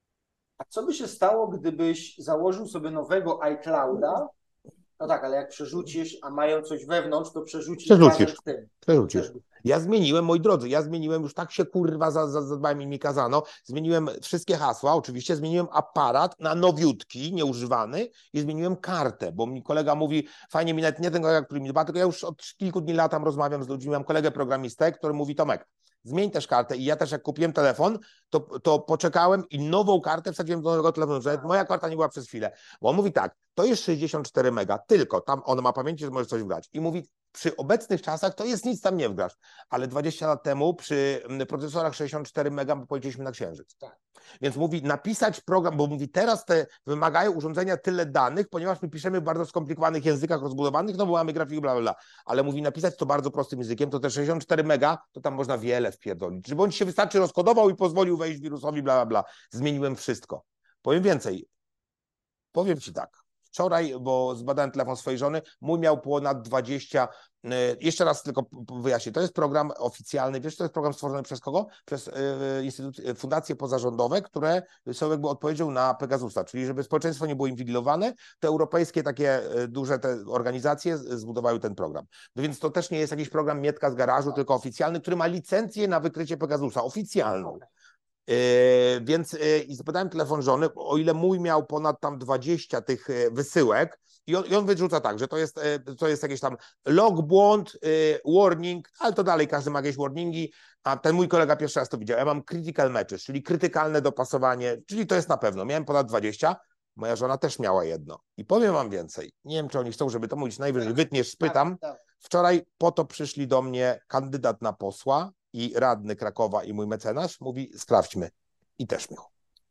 A co by się stało, gdybyś założył sobie nowego iClouda? No tak, ale jak przerzucisz, a mają coś wewnątrz, to przerzucisz razem z tym. Przerzucisz. Ja zmieniłem, moi drodzy, ja zmieniłem, już tak się kurwa zadbałem i mi kazano, zmieniłem wszystkie hasła, oczywiście zmieniłem aparat na nowiutki, nieużywany i zmieniłem kartę, bo mi kolega mówi, fajnie mi nawet nie ten kolega, który mi dba, tylko ja już od kilku dni latam rozmawiam z ludźmi, mam kolegę programistę, który mówi, Tomek, zmień też kartę i ja też jak kupiłem telefon, to, to poczekałem i nową kartę wsadziłem do nowego telefonu, że moja karta nie była przez chwilę, bo on mówi tak, to jest sześćdziesiąt cztery mega, tylko tam on ma pamięci, że może coś wgrać i mówi, przy obecnych czasach to jest nic tam nie wgrasz, ale dwadzieścia lat temu przy procesorach sześćdziesiąt cztery mega polecieliśmy na Księżyc. Tak. Więc mówi napisać program, bo mówi teraz te wymagają urządzenia tyle danych, ponieważ my piszemy w bardzo skomplikowanych językach rozbudowanych, no bo mamy grafiki, bla, bla, bla. Ale mówi napisać to bardzo prostym językiem, to te sześćdziesiąt cztery mega, to tam można wiele wpierdolić. Żeby on się wystarczy rozkodował i pozwolił wejść wirusowi, bla, bla, bla. Zmieniłem wszystko. Powiem więcej. Powiem ci tak. Wczoraj, bo zbadałem telefon swojej żony, mój miał ponad dwadzieścia, jeszcze raz tylko wyjaśnię, to jest program oficjalny, wiesz, to jest program stworzony przez kogo? Przez instytucje, fundacje pozarządowe, które są jakby odpowiedzią na Pegasusa, czyli żeby społeczeństwo nie było inwigilowane, to europejskie takie duże te organizacje zbudowały ten program. No więc to też nie jest jakiś program Mietka z garażu, tylko oficjalny, który ma licencję na wykrycie Pegasusa, oficjalną. Yy, więc yy, i zapytałem telefon żony, o ile mój miał ponad tam dwadzieścia tych yy, wysyłek i on, i on wyrzuca tak, że to jest, yy, to jest jakiś tam log, błąd, yy, warning, ale to dalej każdy ma jakieś warningi, a ten mój kolega pierwszy raz to widział. Ja mam critical matches, czyli krytykalne dopasowanie, czyli to jest na pewno. Miałem ponad dwadzieścia, moja żona też miała jedno. I powiem wam więcej, nie wiem, czy oni chcą, żeby to mówić, najwyżej wytniesz, spytam. Wczoraj po to przyszli do mnie kandydat na posła i radny Krakowa i mój mecenas, mówi sprawdźmy. I też miał.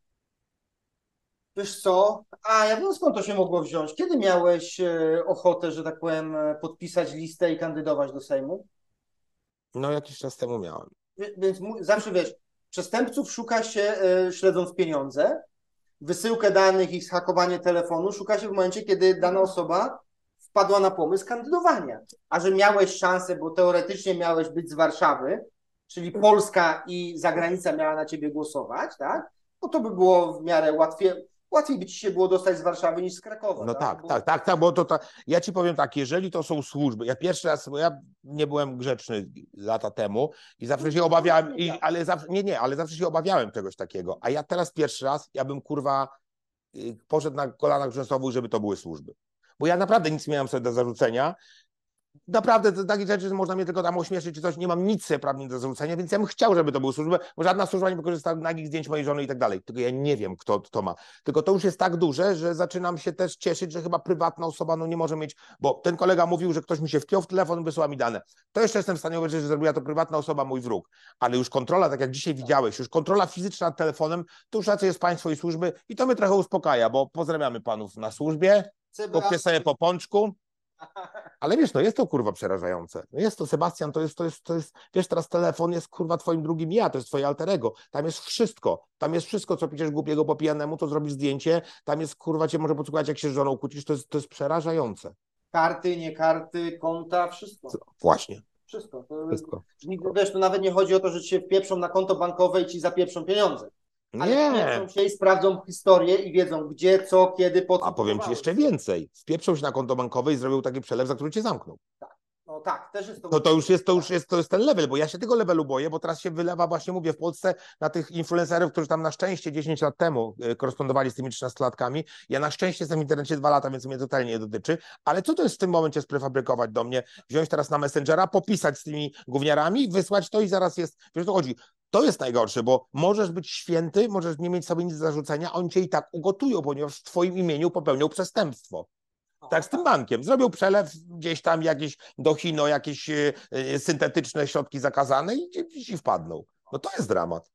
Wiesz co? A ja wiem, skąd to się mogło wziąć. Kiedy miałeś e, ochotę, że tak powiem, podpisać listę i kandydować do Sejmu? No jakiś czas temu miałem. Więc zawsze wiesz, przestępców szuka się e, śledząc pieniądze, wysyłkę danych i zhakowanie telefonu szuka się w momencie, kiedy dana osoba wpadła na pomysł kandydowania. A że miałeś szansę, bo teoretycznie miałeś być z Warszawy, czyli Polska i zagranica miała na ciebie głosować, tak? No to by było w miarę łatwiej, łatwiej by ci się było dostać z Warszawy niż z Krakowa. No tak, tak, tak, bo... tak, tak, tak, bo to ta... ja ci powiem tak, jeżeli to są służby, ja pierwszy raz, bo ja nie byłem grzeczny lata temu i zawsze się obawiałem, i, ale zawsze, nie, nie, ale zawsze się obawiałem czegoś takiego, a ja teraz pierwszy raz, ja bym kurwa poszedł na kolanach rzęsowych, żeby to były służby. Bo ja naprawdę nic nie miałem sobie do zarzucenia. Naprawdę takie rzeczy, że można mnie tylko tam ośmieszyć czy coś, nie mam nic sobie prawnie do zarzucenia, więc ja bym chciał, żeby to były służby, bo żadna służba nie wykorzystała nagich zdjęć mojej żony i tak dalej. Tylko ja nie wiem, kto to ma. Tylko to już jest tak duże, że zaczynam się też cieszyć, że chyba prywatna osoba no nie może mieć, bo ten kolega mówił, że ktoś mi się wpiął w telefon i wysłał mi dane. To jeszcze jestem w stanie uwierzyć, że zrobiła to prywatna osoba, mój wróg. Ale już kontrola, tak jak dzisiaj widziałeś, już kontrola fizyczna nad telefonem, to już raczej jest państwo i służby i to mnie trochę uspokaja, bo pozdrawiamy panów na służbie, kupcie sobie po pączku. Ale wiesz, no jest to kurwa przerażające. No jest to, Sebastian, to jest, to jest, to jest, wiesz, teraz telefon jest kurwa twoim drugim ja, to jest twoje alter ego. Tam jest wszystko, tam jest wszystko, co piszesz głupiego po pijanemu, to zrobisz zdjęcie, tam jest kurwa cię może podsłuchać, jak się z żoną kłócisz, to jest, to jest przerażające. Karty, nie karty, konta, wszystko. Właśnie. Wszystko. To, wszystko. Wiesz, to nawet nie chodzi o to, że cię wpieprzą na konto bankowe i ci zapieprzą pieniądze. Ale Nie. wpieprzą się i sprawdzą historię i wiedzą gdzie, co, kiedy, po co. A powiem ci jeszcze więcej. Wpieprzą się na konto bankowe i zrobił taki przelew, za który cię zamknął. Tak. No tak, też jest to. To, to już jest, to już jest, to jest ten level, bo ja się tego levelu boję, bo teraz się wylewa, właśnie mówię, w Polsce na tych influencerów, którzy tam na szczęście dziesięć lat temu korespondowali z tymi trzynastolatkami. Ja na szczęście jestem w internecie dwa lata, więc mnie totalnie nie dotyczy. Ale co to jest w tym momencie sprefabrykować do mnie? Wziąć teraz na Messengera, popisać z tymi gówniarami, wysłać to i zaraz jest, wiesz o co chodzi? To jest najgorsze, bo możesz być święty, możesz nie mieć sobie nic do zarzucenia, oni cię i tak ugotują, ponieważ w twoim imieniu popełnią przestępstwo. Tak, z tym bankiem. Zrobił przelew gdzieś tam jakieś do Chino, jakieś y, y, syntetyczne środki zakazane i ci wpadną. No to jest dramat.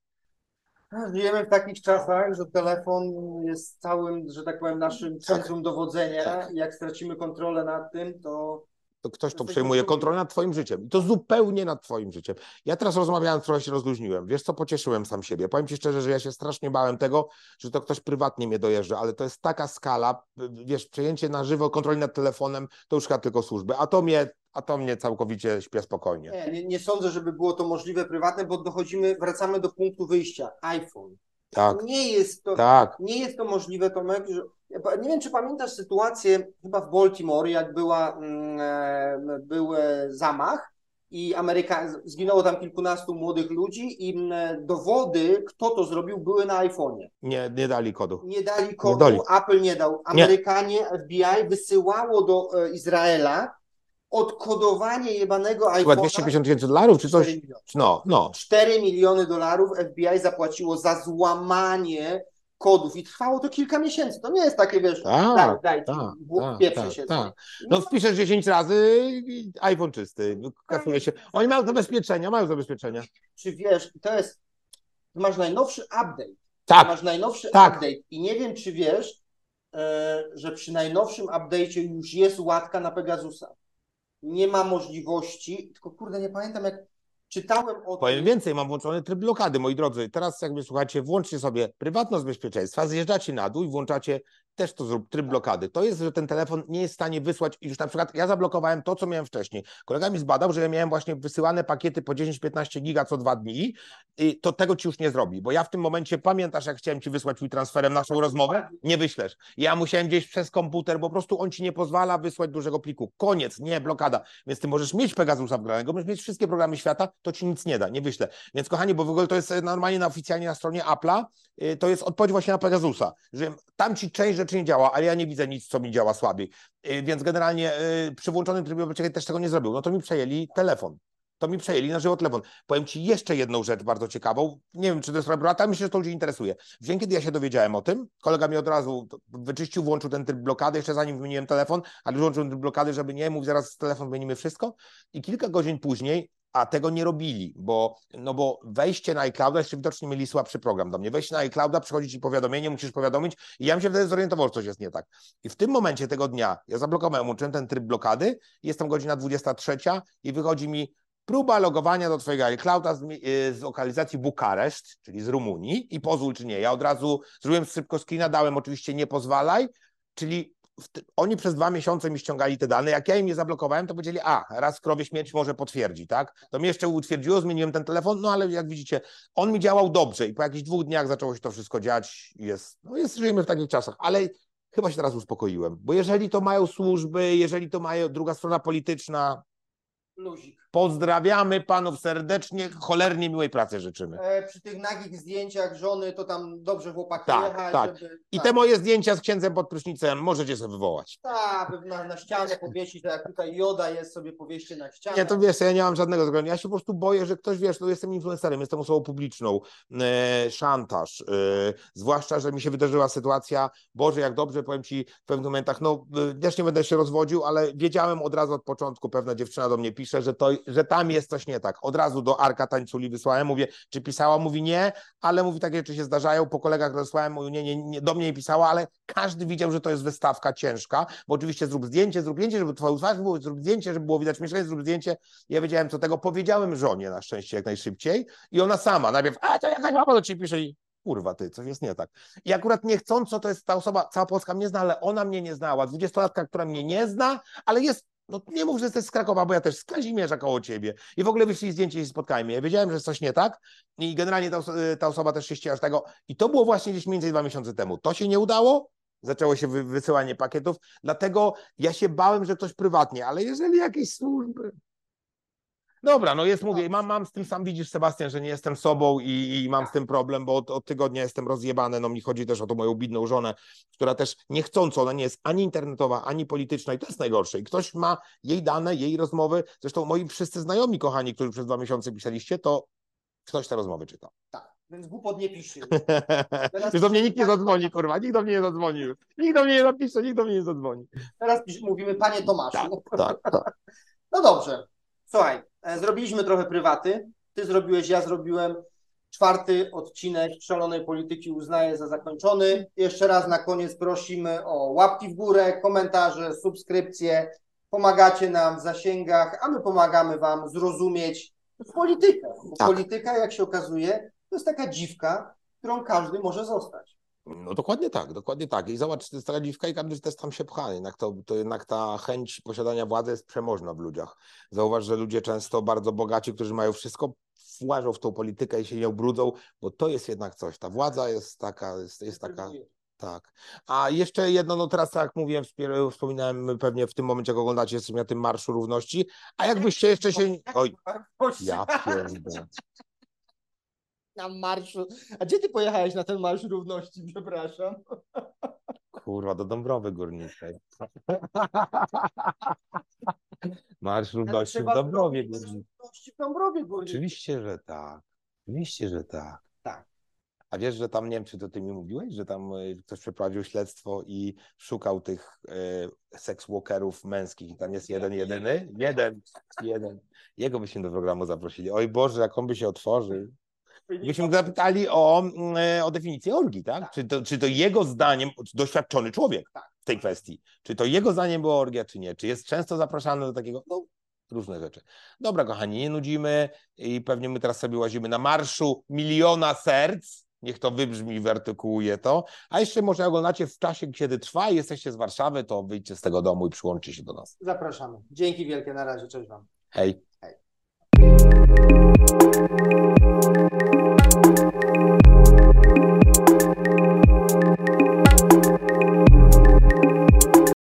Żyjemy w takich czasach, że telefon jest całym, że tak powiem, naszym centrum dowodzenia. Tak. I jak stracimy kontrolę nad tym, to To ktoś to przejmuje kontrolę nad twoim życiem. I to zupełnie nad twoim życiem. Ja teraz rozmawiałem, trochę się rozluźniłem. Wiesz co, pocieszyłem sam siebie. Powiem ci szczerze, że ja się strasznie bałem tego, że to ktoś prywatnie mnie dojeżdża, ale to jest taka skala, wiesz, przejęcie na żywo kontroli nad telefonem, to już chyba tylko służby. A to mnie, a to mnie całkowicie śpię spokojnie. Nie, nie, nie sądzę, żeby było to możliwe prywatne, bo dochodzimy, wracamy do punktu wyjścia. iPhone. Tak. Nie jest to, tak. nie jest to możliwe, Tomek, że nie wiem, czy pamiętasz sytuację chyba w Baltimore, jak była, był zamach i Ameryka, zginęło tam kilkunastu młodych ludzi i dowody, kto to zrobił, były na iPhone'ie. Nie, nie dali kodu. Nie dali kodu, nie dali. Apple nie dał. Amerykanie, F B I wysyłało do Izraela odkodowanie jebanego iPhone'a. Chyba dwieście pięćdziesiąt tysięcy dolarów, czy coś? No, no. cztery miliony dolarów F B I zapłaciło za złamanie kodów i trwało to kilka miesięcy. To nie jest takie, wiesz, tak, daj, daj, tak, pieprzę tak, się. Tak. No wpiszesz dziesięć razy i iPhone czysty, kasuje się. Oni mają zabezpieczenia, mają zabezpieczenia. Czy wiesz, to jest, masz najnowszy update. Tak. Masz najnowszy tak. update i nie wiem, czy wiesz, e, że przy najnowszym update'cie już jest łatka na Pegasusa. Nie ma możliwości, tylko kurde, nie pamiętam jak czytałem o tym. Powiem więcej, mam włączony tryb blokady, moi drodzy. Teraz jakby, słuchajcie, włączcie sobie prywatność bezpieczeństwa, zjeżdżacie na dół i włączacie też to zrób, tryb blokady. To jest, że ten telefon nie jest w stanie wysłać i już na przykład ja zablokowałem to, co miałem wcześniej. Kolega mi zbadał, że ja miałem właśnie wysyłane pakiety po dziesięć piętnaście giga co dwa dni i to tego ci już nie zrobi, bo ja w tym momencie, pamiętasz jak chciałem ci wysłać mój transferem naszą rozmowę? Nie wyślesz. Ja musiałem gdzieś przez komputer, bo po prostu on ci nie pozwala wysłać dużego pliku. Koniec, nie, blokada. Więc ty możesz mieć Pegasusa wgranego, możesz mieć wszystkie programy świata, to ci nic nie da, nie wyślę. Więc kochani, bo w ogóle to jest normalnie na oficjalnie na stronie Apple'a, to jest odpowiedź właśnie na Pegasusa, że tam ci część rzeczy nie działa, ale ja nie widzę nic, co mi działa słabiej. Więc generalnie przy włączonym trybie bezpieczeństwa też tego nie zrobił. No to mi przejęli telefon. To mi przejęli na żywo telefon. Powiem ci jeszcze jedną rzecz bardzo ciekawą. Nie wiem, czy to jest prawda, myślę, że to ludzi interesuje. Wiem, kiedy ja się dowiedziałem o tym, kolega mi od razu wyczyścił, włączył ten tryb blokady, jeszcze zanim wymieniłem telefon, ale włączył tryb blokady, żeby nie mów, zaraz telefon wymienimy wszystko. I kilka godzin później, a tego nie robili, bo, no bo wejście na iClouda, jeszcze widocznie mieli słabszy program do mnie. Wejście na iClouda, przychodzi ci powiadomienie, musisz powiadomić i ja bym się wtedy zorientował, że coś jest nie tak. I w tym momencie tego dnia ja zablokowałem, włączyłem ten tryb blokady, jest tam godzina dwudziesta trzecia i wychodzi mi próba logowania do twojego iClouda z, z lokalizacji Bukareszt, czyli z Rumunii i pozwól czy nie. Ja od razu zrobiłem szybko screena, dałem oczywiście nie pozwalaj, czyli oni przez dwa miesiące mi ściągali te dane. Jak ja im je zablokowałem, to powiedzieli, a, raz krowie śmierć może potwierdzi, tak? To mnie jeszcze utwierdziło, zmieniłem ten telefon, no ale jak widzicie, on mi działał dobrze i po jakichś dwóch dniach zaczęło się to wszystko dziać. Jest, no jest, żyjemy w takich czasach, ale chyba się teraz uspokoiłem, bo jeżeli to mają służby, jeżeli to mają druga strona polityczna, luzik. Pozdrawiamy panów serdecznie, cholernie miłej pracy życzymy. E, przy tych nagich zdjęciach żony to tam dobrze chłopaki tak, jechać, tak. Żeby, I tak. te moje zdjęcia z księdzem pod prysznicem możecie sobie wywołać. Tak, na, na ścianę powiesić, tak jak tutaj Joda jest, sobie powieście na ścianę. Nie, to wiesz, ja nie mam żadnego zagrożenia. Ja się po prostu boję, że ktoś, wiesz, no jestem influencerem, jestem osobą publiczną, e, szantaż, e, zwłaszcza, że mi się wydarzyła sytuacja, Boże, jak dobrze, powiem ci w pewnych momentach, no e, też nie będę się rozwodził, ale wiedziałem od razu od początku, pewna dziewczyna do mnie pisze, że, to, że tam jest coś nie tak. Od razu do Arka Tańculi wysłałem, mówię, czy pisała? Mówi nie, ale mówi, takie rzeczy się zdarzają, po kolegach rozesłałem, mówi nie, nie, nie, do mnie nie pisała, ale każdy widział, że to jest wystawka ciężka, bo oczywiście zrób zdjęcie, zrób zdjęcie, żeby twoją twarz było, zrób zdjęcie, żeby było widać mieszkanie, zrób zdjęcie. Ja wiedziałem co tego, powiedziałem żonie na szczęście jak najszybciej i ona sama najpierw, a to jakaś mama do ciebie pisze i kurwa ty, coś jest nie tak. I akurat niechcąco to jest ta osoba, cała Polska mnie zna, ale ona mnie nie znała, dwudziestolatka, która mnie nie zna, ale jest No nie mów, że jesteś z Krakowa, bo ja też z Kazimierza koło ciebie. I w ogóle wyszli zdjęcie i się spotkajmy. Ja wiedziałem, że jest coś nie tak i generalnie ta, oso- ta osoba też się ścięła z tego. I to było właśnie gdzieś mniej więcej dwa miesiące temu. To się nie udało, zaczęło się wy wysyłanie pakietów, dlatego ja się bałem, że ktoś prywatnie, ale jeżeli jakieś służby... Dobra, no jest, mówię, mam, mam z tym, sam widzisz, Sebastian, że nie jestem sobą i, i mam z tym problem, bo od, od tygodnia jestem rozjebany, no mi chodzi też o tą moją bidną żonę, która też niechcąco, ona nie jest ani internetowa, ani polityczna i to jest najgorsze. I ktoś ma jej dane, jej rozmowy, zresztą moi wszyscy znajomi, kochani, którzy przez dwa miesiące pisaliście, to ktoś te rozmowy czyta. Tak, więc głupot nie pisze. Teraz Już do mnie piszemy nikt nie tak- zadzwoni, kurwa, nikt do mnie nie zadzwoni już. Nikt do mnie nie napisze, nikt do mnie nie zadzwoni. Teraz pisz, mówimy, panie Tomaszu. Tak, tak, tak. No dobrze. Słuchaj, e, zrobiliśmy trochę prywaty. Ty zrobiłeś, ja zrobiłem. Czwarty odcinek Szalonej Polityki uznaję za zakończony. Jeszcze raz na koniec prosimy o łapki w górę, komentarze, subskrypcje. Pomagacie nam w zasięgach, a my pomagamy wam zrozumieć politykę. Bo Tak. polityka, jak się okazuje, to jest taka dziwka, którą każdy może zostać. No dokładnie tak, dokładnie tak. I zobacz, to jest taka dziwka i każdy też tam się pcha. Jednak to, to jednak ta chęć posiadania władzy jest przemożna w ludziach. Zauważ, że ludzie często bardzo bogaci, którzy mają wszystko, włażą w tą politykę i się nie ubrudzą, bo to jest jednak coś. Ta władza jest taka, jest, jest taka... Tak. A jeszcze jedno, no teraz tak jak mówiłem, wspominałem pewnie w tym momencie, jak oglądacie, jesteśmy na tym Marszu Równości, a jakbyście jeszcze się... Oj, ja pierdolę. Na marszu. A gdzie ty pojechałeś na ten Marsz Równości, przepraszam? Kurwa, do Dąbrowy Górniczej. Marsz Równości w Dąbrowie Górniczej. W Dąbrowie Górniczej. Oczywiście, że tak. Oczywiście, że tak. Tak. A wiesz, że tam, nie wiem, czy to ty mi mówiłeś, że tam y, ktoś przeprowadził śledztwo i szukał tych y, sekswalkerów męskich i tam jest jeden, jedyny? Jeden, jeden. Jego byśmy do programu zaprosili. Oj Boże, jak on by się otworzył. Byśmy go zapytali o, y, o definicję orgii, tak? tak. Czy, to, czy to jego zdaniem, doświadczony człowiek tak. w tej kwestii, czy to jego zdaniem była orgia, czy nie? Czy jest często zapraszany do takiego... No, różne rzeczy. Dobra, kochani, nie nudzimy i pewnie my teraz sobie łazimy na marszu miliona serc. Niech to wybrzmi, wyartykułuje to. A jeszcze może oglądacie w czasie, kiedy trwa i jesteście z Warszawy, to wyjdźcie z tego domu i przyłączcie się do nas. Zapraszamy. Dzięki wielkie, na razie, cześć wam. Hej. Hej.